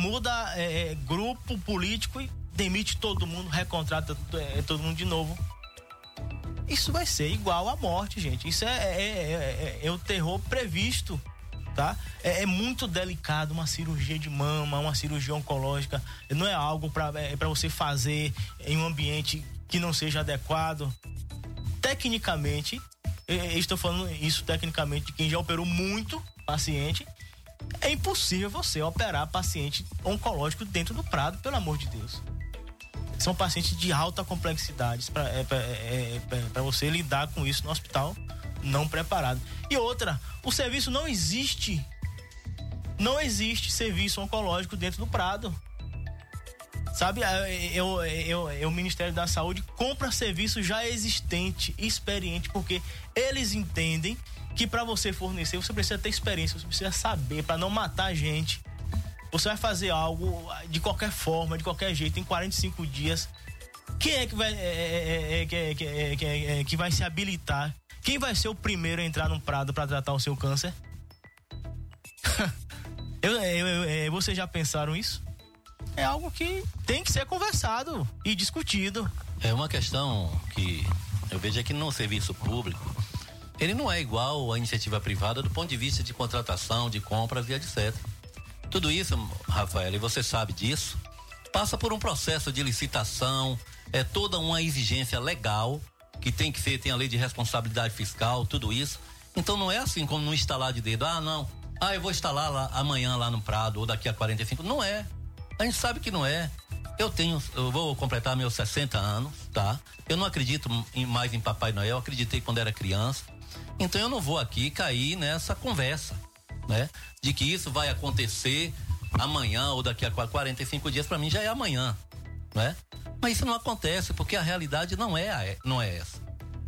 grupo político e demite todo mundo, recontrata todo mundo de novo? isso vai ser igual à morte, gente. Isso é o terror previsto, tá? É muito delicado uma cirurgia de mama, uma cirurgia oncológica. Não é algo para você fazer em um ambiente que não seja adequado. Tecnicamente, estou falando isso tecnicamente de quem já operou muito paciente. É impossível você operar paciente oncológico dentro do Prado, pelo amor de Deus. São pacientes de alta complexidade para você lidar com isso no hospital não preparado. E outra, o serviço não existe. Não existe serviço oncológico dentro do Prado. Sabe, o Ministério da Saúde compra serviço já existente, experiente, porque eles entendem que para você fornecer, você precisa ter experiência, você precisa saber, para não matar a gente. Você vai fazer algo de qualquer forma, de qualquer jeito, em 45 dias. Quem é que vai, que vai se habilitar? Quem vai ser o primeiro a entrar no Prado para tratar o seu câncer? Vocês já pensaram isso? É algo que tem que ser conversado e discutido. É uma questão que eu vejo aqui no serviço público. Ele não é igual à iniciativa privada do ponto de vista de contratação, de compras e etc. Tudo isso, Rafael, e você sabe disso, passa por um processo de licitação, é toda uma exigência legal que tem que ser, tem a lei de responsabilidade fiscal, tudo isso. Então não é assim como no instalar de dedo, eu vou instalar lá amanhã lá no Prado ou daqui a 45, não é. A gente sabe que não é. Eu vou completar meus 60 anos, tá? Eu não acredito mais em Papai Noel, acreditei quando era criança. Então eu não vou aqui cair nessa conversa, né? De que isso vai acontecer amanhã ou daqui a 45 dias, para mim já é amanhã, né? Mas isso não acontece porque a realidade não é essa.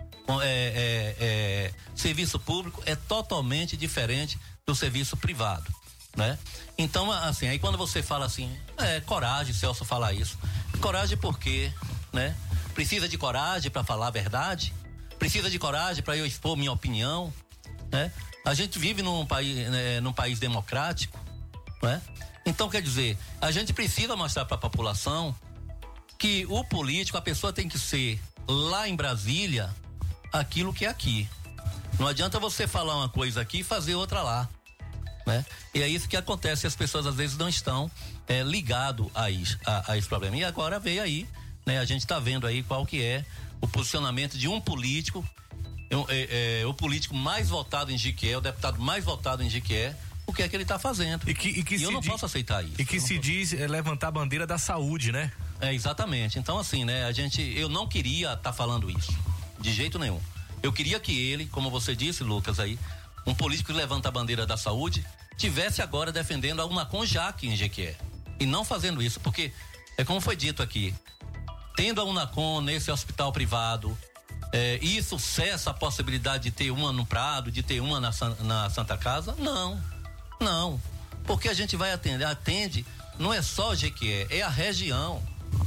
Serviço público é totalmente diferente do serviço privado, né? Então, assim, aí quando você fala assim, coragem, Celso, falar isso. Coragem por quê, né? Precisa de coragem para falar a verdade? Precisa de coragem para eu expor minha opinião, né? A gente vive num país democrático, né? Então, quer dizer, a gente precisa mostrar para a população que o político, a pessoa tem que ser lá em Brasília aquilo que é aqui. Não adianta você falar uma coisa aqui e fazer outra lá, né? E é isso que acontece, as pessoas às vezes não estão ligado a esse problema. E agora veio aí, né? A gente está vendo aí qual que é o posicionamento de um político, o político mais votado em Jequié, o deputado mais votado em Jequié, o que é que ele está fazendo. E eu não posso aceitar isso. E que se diz levantar a bandeira da saúde, né? Exatamente. Então, assim, né? Eu não queria estar falando isso, de jeito nenhum. Eu queria que ele, como você disse, Lucas, aí, um político que levanta a bandeira da saúde, tivesse agora defendendo a Unacom já aqui em Jequié. E não fazendo isso, porque, como foi dito aqui, tendo a Unacom nesse hospital privado, isso cessa a possibilidade de ter uma no Prado, de ter uma na Santa Casa? Não. Porque a gente vai atende, não é só Jequié, é a região.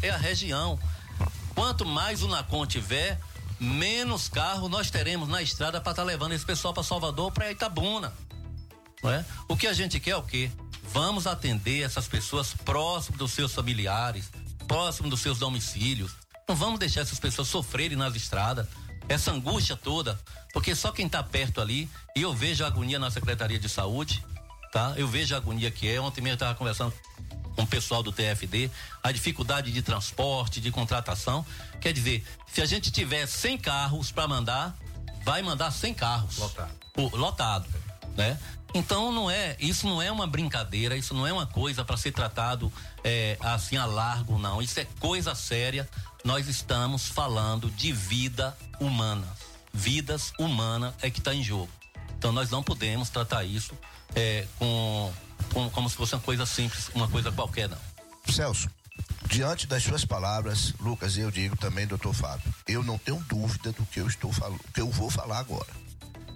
Quanto mais Unacom tiver, menos carro nós teremos na estrada para estar levando esse pessoal para Salvador, para Itabuna. Não é? O que a gente quer é o quê? Vamos atender essas pessoas próximo dos seus familiares, próximo dos seus domicílios. Não vamos deixar essas pessoas sofrerem nas estradas, essa angústia toda, porque só quem está perto ali, e eu vejo a agonia na Secretaria de Saúde, tá? Eu vejo a agonia que é. Ontem mesmo eu estava conversando com o pessoal do TFD, a dificuldade de transporte, de contratação. Quer dizer, se a gente tiver 100 carros para mandar, vai mandar 100 carros. Lotado, né? Então isso não é uma brincadeira, isso não é uma coisa para ser tratado assim a largo, não. Isso é coisa séria. Nós estamos falando de vida humana. Vidas humanas é que está em jogo. Então nós não podemos tratar isso como se fosse uma coisa simples, uma coisa qualquer, não. Celso, diante das suas palavras, Lucas, e eu digo também, doutor Fábio, eu não tenho dúvida do que eu vou falar agora.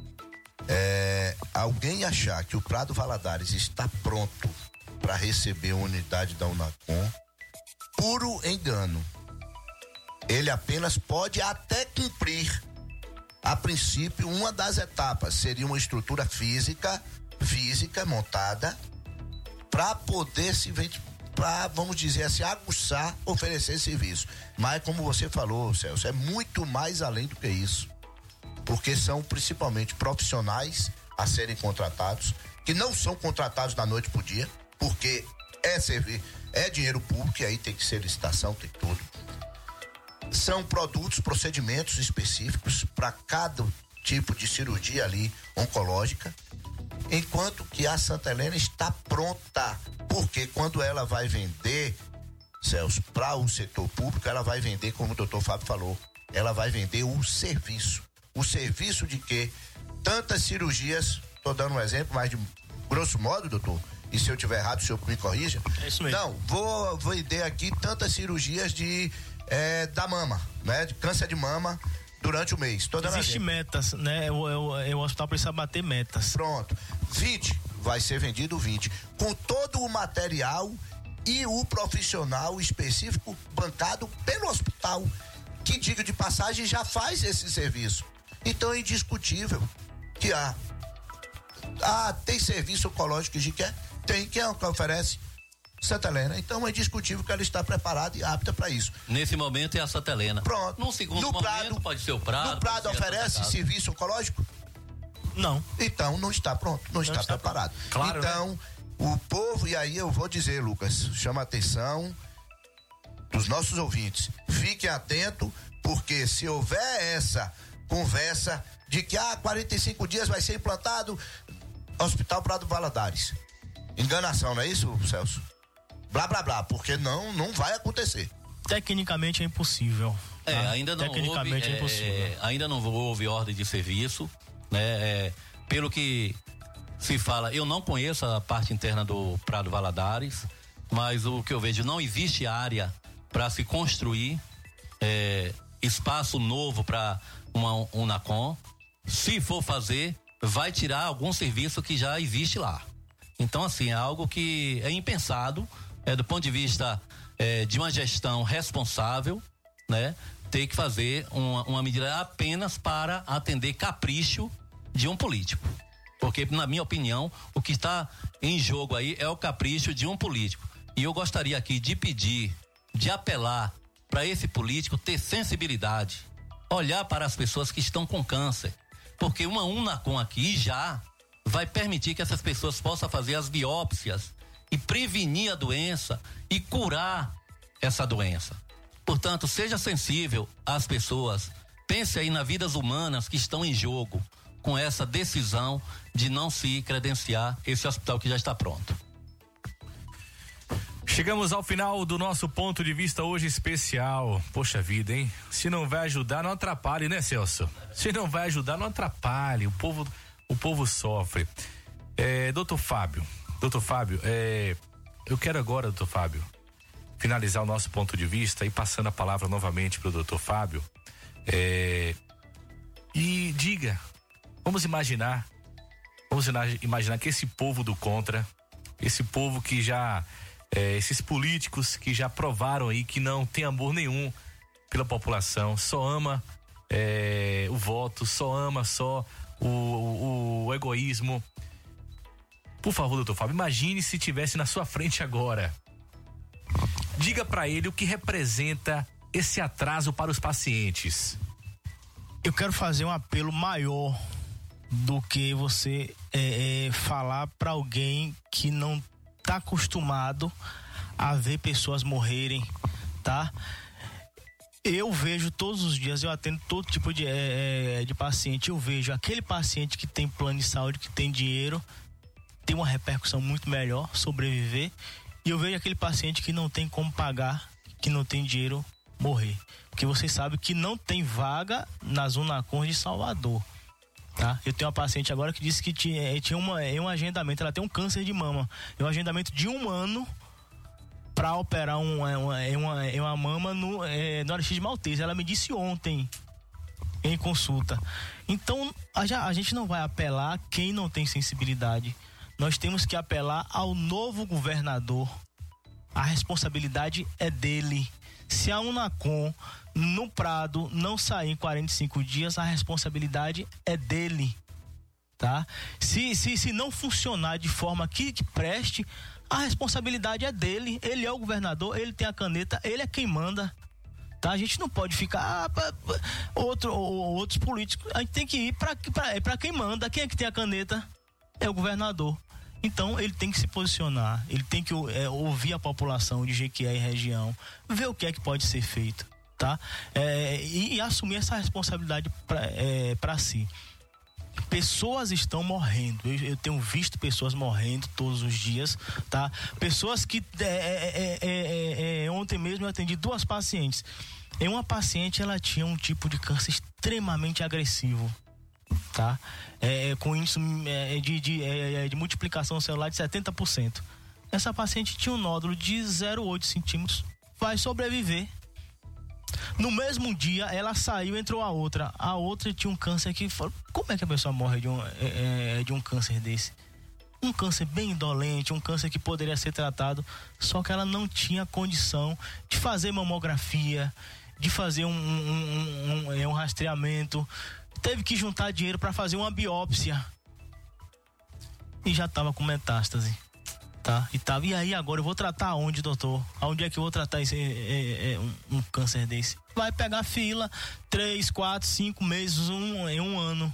Alguém achar que o Prado Valadares está pronto para receber a unidade da Unacom, puro engano. Ele apenas pode até cumprir, a princípio, uma das etapas seria uma estrutura física montada para poder para, vamos dizer assim, aguçar, oferecer serviço. Mas como você falou, Celso, é muito mais além do que isso. Porque são principalmente profissionais a serem contratados, que não são contratados da noite pro dia, porque é dinheiro público, e aí tem que ser licitação, tem tudo. São produtos, procedimentos específicos para cada tipo de cirurgia ali oncológica, enquanto que a Santa Helena está pronta, porque quando ela vai vender, Celso, para o setor público, ela vai vender, como o doutor Fábio falou, ela vai vender o serviço. O serviço de que tantas cirurgias, estou dando um exemplo, mas de grosso modo, doutor, e se eu tiver errado, o senhor me corrija. É isso mesmo. Não, vou vender aqui tantas cirurgias da mama, né? De câncer de mama durante o mês. Existem metas, né? O hospital precisa bater metas. Pronto. 20, vai ser vendido 20. Com todo o material e o profissional específico bancado pelo hospital, que, diga de passagem, já faz esse serviço. Então é indiscutível que tem serviço oncológico que quer? Tem, que é o que oferece Santa Helena. Então é indiscutível que ela está preparada e apta para isso. Nesse momento é a Santa Helena. Pronto. Num segundo momento pode ser o Prado. No Prado oferece serviço oncológico? Não. Então não está pronto, não está preparado. Claro, então, né? O povo, e aí eu vou dizer, Lucas, chama a atenção dos nossos ouvintes. Fiquem atentos, porque se houver essa conversa de que 45 dias vai ser implantado Hospital Prado Valadares. Enganação, não é isso, Celso? Blá, blá, blá, porque não vai acontecer. Tecnicamente é impossível. Tá? Ainda não Tecnicamente é impossível. Ainda não houve ordem de serviço, né? Pelo que se fala, eu não conheço a parte interna do Prado Valadares, mas o que eu vejo, não existe área para se construir espaço novo para uma Unacom. Se for fazer, vai tirar algum serviço que já existe lá. Então, assim, é algo que é impensado, do ponto de vista de uma gestão responsável, né? Ter que fazer uma medida apenas para atender capricho de um político. Porque, na minha opinião, o que está em jogo aí é o capricho de um político. E eu gostaria aqui de pedir, de apelar para esse político ter sensibilidade, olhar para as pessoas que estão com câncer. Porque uma Unacom aqui já vai permitir que essas pessoas possam fazer as biópsias e prevenir a doença e curar essa doença. Portanto, seja sensível às pessoas, pense aí nas vidas humanas que estão em jogo com essa decisão de não se credenciar esse hospital que já está pronto. Chegamos ao final do nosso ponto de vista hoje especial. Poxa vida, hein? Se não vai ajudar, não atrapalhe, né, Celso? Se não vai ajudar, não atrapalhe. O povo sofre. Doutor Fábio, eu quero agora, doutor Fábio, finalizar o nosso ponto de vista e passando a palavra novamente para o doutor Fábio. E diga, vamos imaginar que esse povo do contra, esse povo que já, esses políticos que já provaram aí que não tem amor nenhum pela população, só ama o voto, só ama o egoísmo. Por favor, doutor Fábio, imagine se tivesse na sua frente agora. Diga para ele o que representa esse atraso para os pacientes. Eu quero fazer um apelo maior do que você falar para alguém que não está acostumado a ver pessoas morrerem, tá? Eu vejo todos os dias, eu atendo todo tipo de paciente. Eu vejo aquele paciente que tem plano de saúde, que tem dinheiro, tem uma repercussão muito melhor, sobreviver. E eu vejo aquele paciente que não tem como pagar, que não tem dinheiro, morrer. Porque vocês sabem que não tem vaga nas Unacom de Salvador, tá? Eu tenho uma paciente agora que disse que tinha um agendamento, ela tem um câncer de mama. É um agendamento de 1 ano para operar uma mama no Aristide Maltese. Ela me disse ontem em consulta. Então a gente não vai apelar a quem não tem sensibilidade. Nós temos que apelar ao novo governador. A responsabilidade é dele. Se a Unacom no Prado não sair em 45 dias, a responsabilidade é dele, tá? Se não funcionar de forma que preste, a responsabilidade é dele. Ele é o governador, ele tem a caneta, ele é quem manda. Tá? A gente não pode ficar outros políticos. A gente tem que ir para quem manda. Quem é que tem a caneta? É o governador. Então ele tem que se posicionar, ele tem que ouvir a população de Jequié e região, ver o que é que pode ser feito, tá? E assumir essa responsabilidade para si. Pessoas estão morrendo, eu tenho visto pessoas morrendo todos os dias, tá? Pessoas que ontem mesmo eu atendi 2 pacientes. Em uma paciente ela tinha um tipo de câncer extremamente agressivo, tá? Com índice de multiplicação celular de 70%. Essa paciente tinha um nódulo de 0,8 centímetros, vai sobreviver. No mesmo dia ela saiu, entrou a outra tinha um câncer que, como é que a pessoa morre de um câncer desse? Um câncer bem indolente, um câncer que poderia ser tratado, só que ela não tinha condição de fazer mamografia, de fazer um rastreamento, teve que juntar dinheiro para fazer uma biópsia e já estava com metástase, tá? E aí agora eu vou tratar aonde, doutor? Aonde é que eu vou tratar um câncer desse? Vai pegar fila 3, 4, 5 meses, em um ano.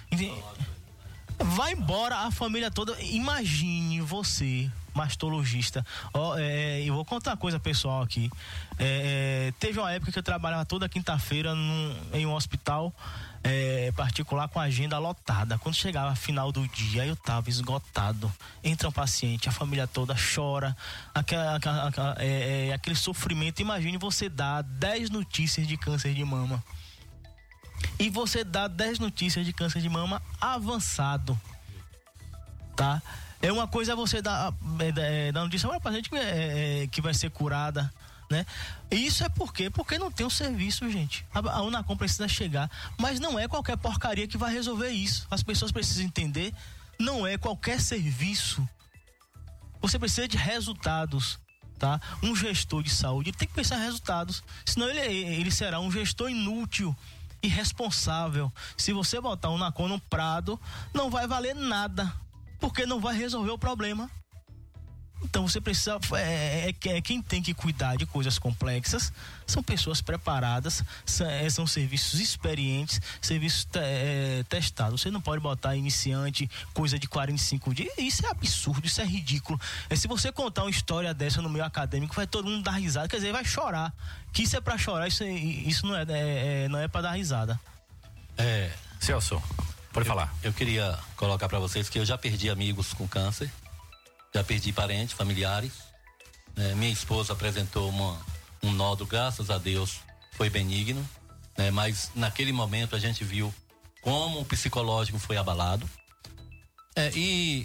Vai embora a família toda. Imagine você, mastologista. Eu vou contar uma coisa pessoal aqui. Teve uma época que eu trabalhava toda quinta-feira em um hospital particular com a agenda lotada. Quando chegava final do dia, eu tava esgotado. Entra um paciente, a família toda chora, aquele sofrimento. Imagine você dar 10 notícias de câncer de mama. E você dá 10 notícias de câncer de mama avançado, tá? Uma coisa é você dar notícia para a paciente que vai ser curada, né? E isso é porque não tem um serviço, gente. A Unacom precisa chegar, mas não é qualquer porcaria que vai resolver isso. As pessoas precisam entender, não é qualquer serviço. Você precisa de resultados, tá? Um gestor de saúde tem que pensar em resultados, senão ele será um gestor inútil, irresponsável. Se você botar um Unacom no prado, não vai valer nada, porque não vai resolver o problema. Então você precisa, quem tem que cuidar de coisas complexas são pessoas preparadas, são serviços experientes, serviços testados. Você não pode botar iniciante, coisa de 45 dias. Isso é absurdo, isso é ridículo. Se você contar uma história dessa no meio acadêmico, vai todo mundo dar risada, quer dizer, vai chorar. Que isso é pra chorar, isso não é pra dar risada. Celso, pode falar. Eu queria colocar pra vocês que eu já perdi amigos com câncer. Já perdi parentes, familiares. Minha esposa apresentou um nódulo, graças a Deus, foi benigno. Mas naquele momento a gente viu como o psicológico foi abalado. E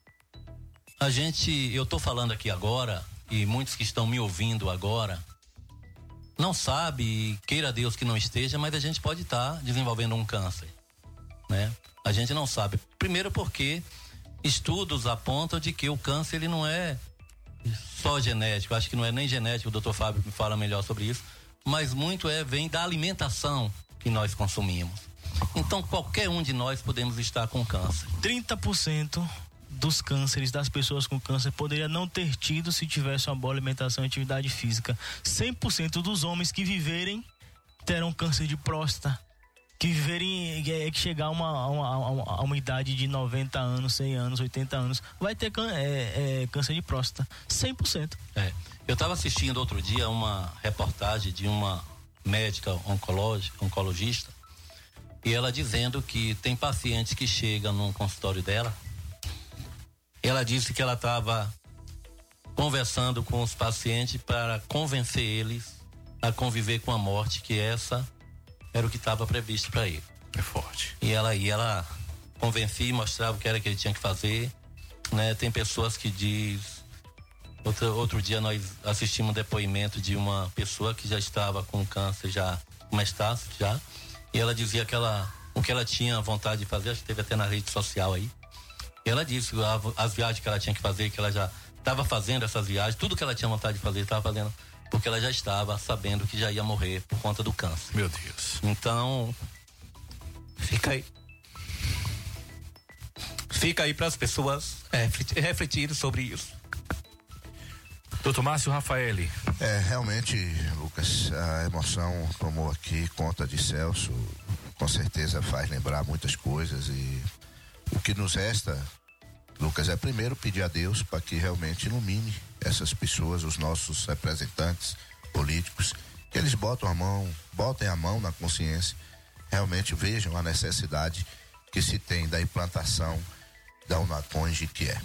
eu tô falando aqui agora, e muitos que estão me ouvindo agora, não sabe, queira Deus que não esteja, mas a gente pode estar desenvolvendo um câncer, né? A gente não sabe. Primeiro porque estudos apontam de que o câncer ele não é só genético, acho que não é nem genético, o doutor Fábio me fala melhor sobre isso, mas muito vem da alimentação que nós consumimos. Então qualquer um de nós podemos estar com câncer. 30% dos cânceres das pessoas com câncer poderia não ter tido se tivesse uma boa alimentação e atividade física. 100% dos homens que viverem terão câncer de próstata. Que viverem, que chegar a uma idade de 90 anos, 100 anos, 80 anos, vai ter câncer de próstata. 100%. Eu estava assistindo outro dia uma reportagem de uma médica oncologista, e ela dizendo que tem pacientes que chegam no consultório dela. Ela disse que ela estava conversando com os pacientes para convencer eles a conviver com a morte, que essa era o que estava previsto para ele. É forte. E ela convencia e mostrava o que era que ele tinha que fazer, né? Tem pessoas que diz... Outro dia nós assistimos um depoimento de uma pessoa que já estava com câncer, já com metástase já, e ela dizia que o que ela tinha vontade de fazer, acho que teve até na rede social aí, e ela disse as viagens que ela tinha que fazer, que ela já estava fazendo essas viagens, tudo que ela tinha vontade de fazer, estava fazendo, porque ela já estava sabendo que já ia morrer por conta do câncer. Meu Deus. Então, fica aí para as pessoas refletirem sobre isso. Doutor Márcio Rafaeli. Realmente, Lucas, a emoção tomou aqui conta de Celso, com certeza faz lembrar muitas coisas, e o que nos resta, Lucas, é primeiro pedir a Deus para que realmente ilumine essas pessoas, os nossos representantes políticos, que eles botem a mão na consciência, realmente vejam a necessidade que se tem da implantação da Unacom em Jequié.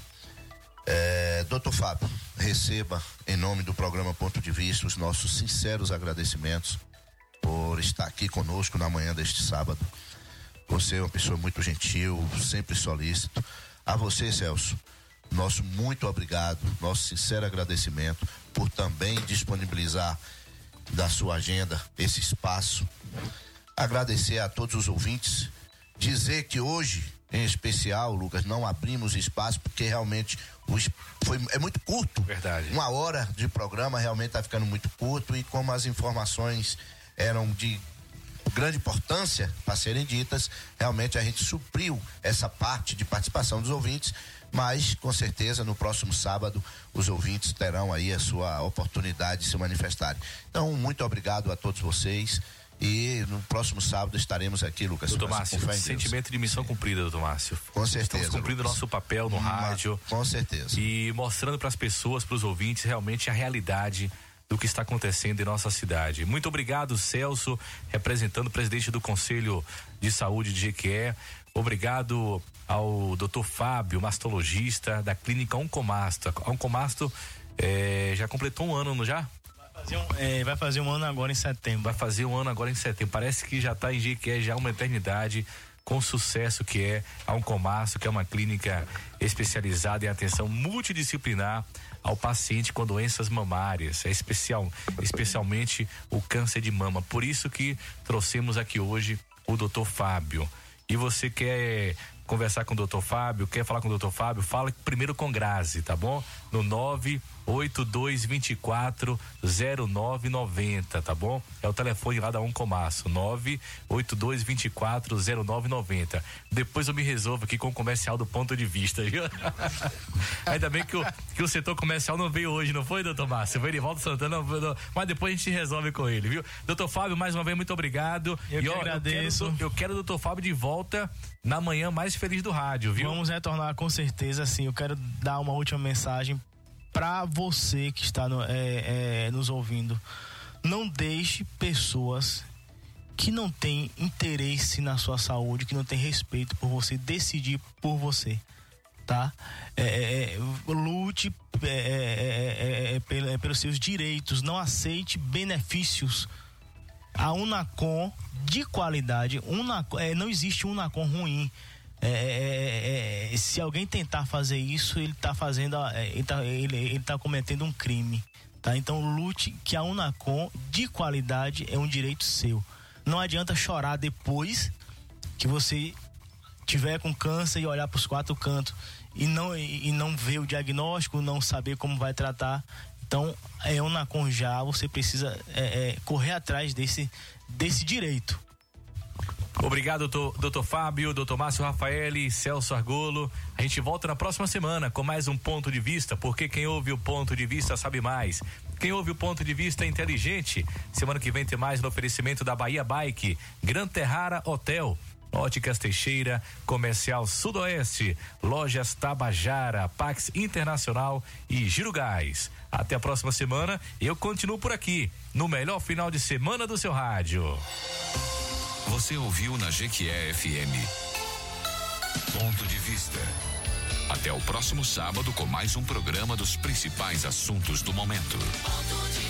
Doutor Fábio, receba em nome do programa Ponto de Vista os nossos sinceros agradecimentos por estar aqui conosco na manhã deste sábado. Você é uma pessoa muito gentil, sempre solícito. A você, Celso, nosso muito obrigado, nosso sincero agradecimento por também disponibilizar da sua agenda esse espaço. Agradecer a todos os ouvintes, dizer que hoje, em especial, Lucas, não abrimos espaço porque realmente é muito curto. Verdade. 1 hora de programa realmente está ficando muito curto, e como as informações eram de grande importância para serem ditas, realmente a gente supriu essa parte de participação dos ouvintes, mas com certeza no próximo sábado os ouvintes terão aí a sua oportunidade de se manifestarem. Então, muito obrigado a todos vocês. E no próximo sábado estaremos aqui, Lucas. Doutor Márcio, sentimento de missão cumprida, doutor Márcio. Com certeza. Estamos cumprindo o nosso papel no rádio. Com certeza. E mostrando para as pessoas, para os ouvintes, realmente a realidade do que está acontecendo em nossa cidade. Muito obrigado, Celso, representando o presidente do Conselho de Saúde de Jequié. Obrigado ao doutor Fábio, mastologista da clínica Oncomasto. A Oncomasto já completou 1 ano, não já? Vai fazer 1 ano agora em setembro. Vai fazer 1 ano agora em setembro. Parece que já está em Jequié já uma eternidade, com o sucesso que é a Oncomasto, que é uma clínica especializada em atenção multidisciplinar ao paciente com doenças mamárias, especialmente o câncer de mama. Por isso que trouxemos aqui hoje o doutor Fábio. E você quer conversar com o doutor Fábio, quer falar com o doutor Fábio, fala primeiro com Grazi, tá bom? No 982240990, tá bom? É o telefone lá da Oncomasto, 982240990. Depois eu me resolvo aqui com o comercial do Ponto de Vista, viu? Ainda bem que o setor comercial não veio hoje, não foi, doutor Márcio? Veio Erivaldo Santana, mas depois a gente resolve com ele, viu? Doutor Fábio, mais uma vez, muito obrigado. Eu agradeço. Eu quero o doutor Fábio de volta na manhã mais feliz do rádio, viu? Vamos retornar com certeza, sim. Eu quero dar uma última mensagem para você que está nos ouvindo. Não deixe pessoas que não têm interesse na sua saúde, que não têm respeito por você, decidir por você, tá? Lute pelos seus direitos, não aceite benefícios. A Unacom de qualidade, não existe Unacom ruim. Se alguém tentar fazer isso, ele está fazendo, ele tá cometendo um crime, tá? Então lute, que a Unacom de qualidade é um direito seu. Não adianta chorar depois que você tiver com câncer e olhar para os 4 cantos e não ver o diagnóstico, não saber como vai tratar. Então, Unacom já, você precisa correr atrás desse direito. Obrigado, doutor Fábio, doutor Márcio Rafaeli, Celso Argolo. A gente volta na próxima semana com mais um Ponto de Vista, porque quem ouve o Ponto de Vista sabe mais. Quem ouve o Ponto de Vista é inteligente. Semana que vem tem mais no oferecimento da Bahia Bike, Gran Terrara Hotel, Óticas Teixeira, Comercial Sudoeste, Lojas Tabajara, Pax Internacional e Giro Gás. Até a próxima semana. Eu continuo por aqui, no melhor final de semana do seu rádio. Você ouviu na Jequié FM. Ponto de Vista. Até o próximo sábado com mais um programa dos principais assuntos do momento. Ponto de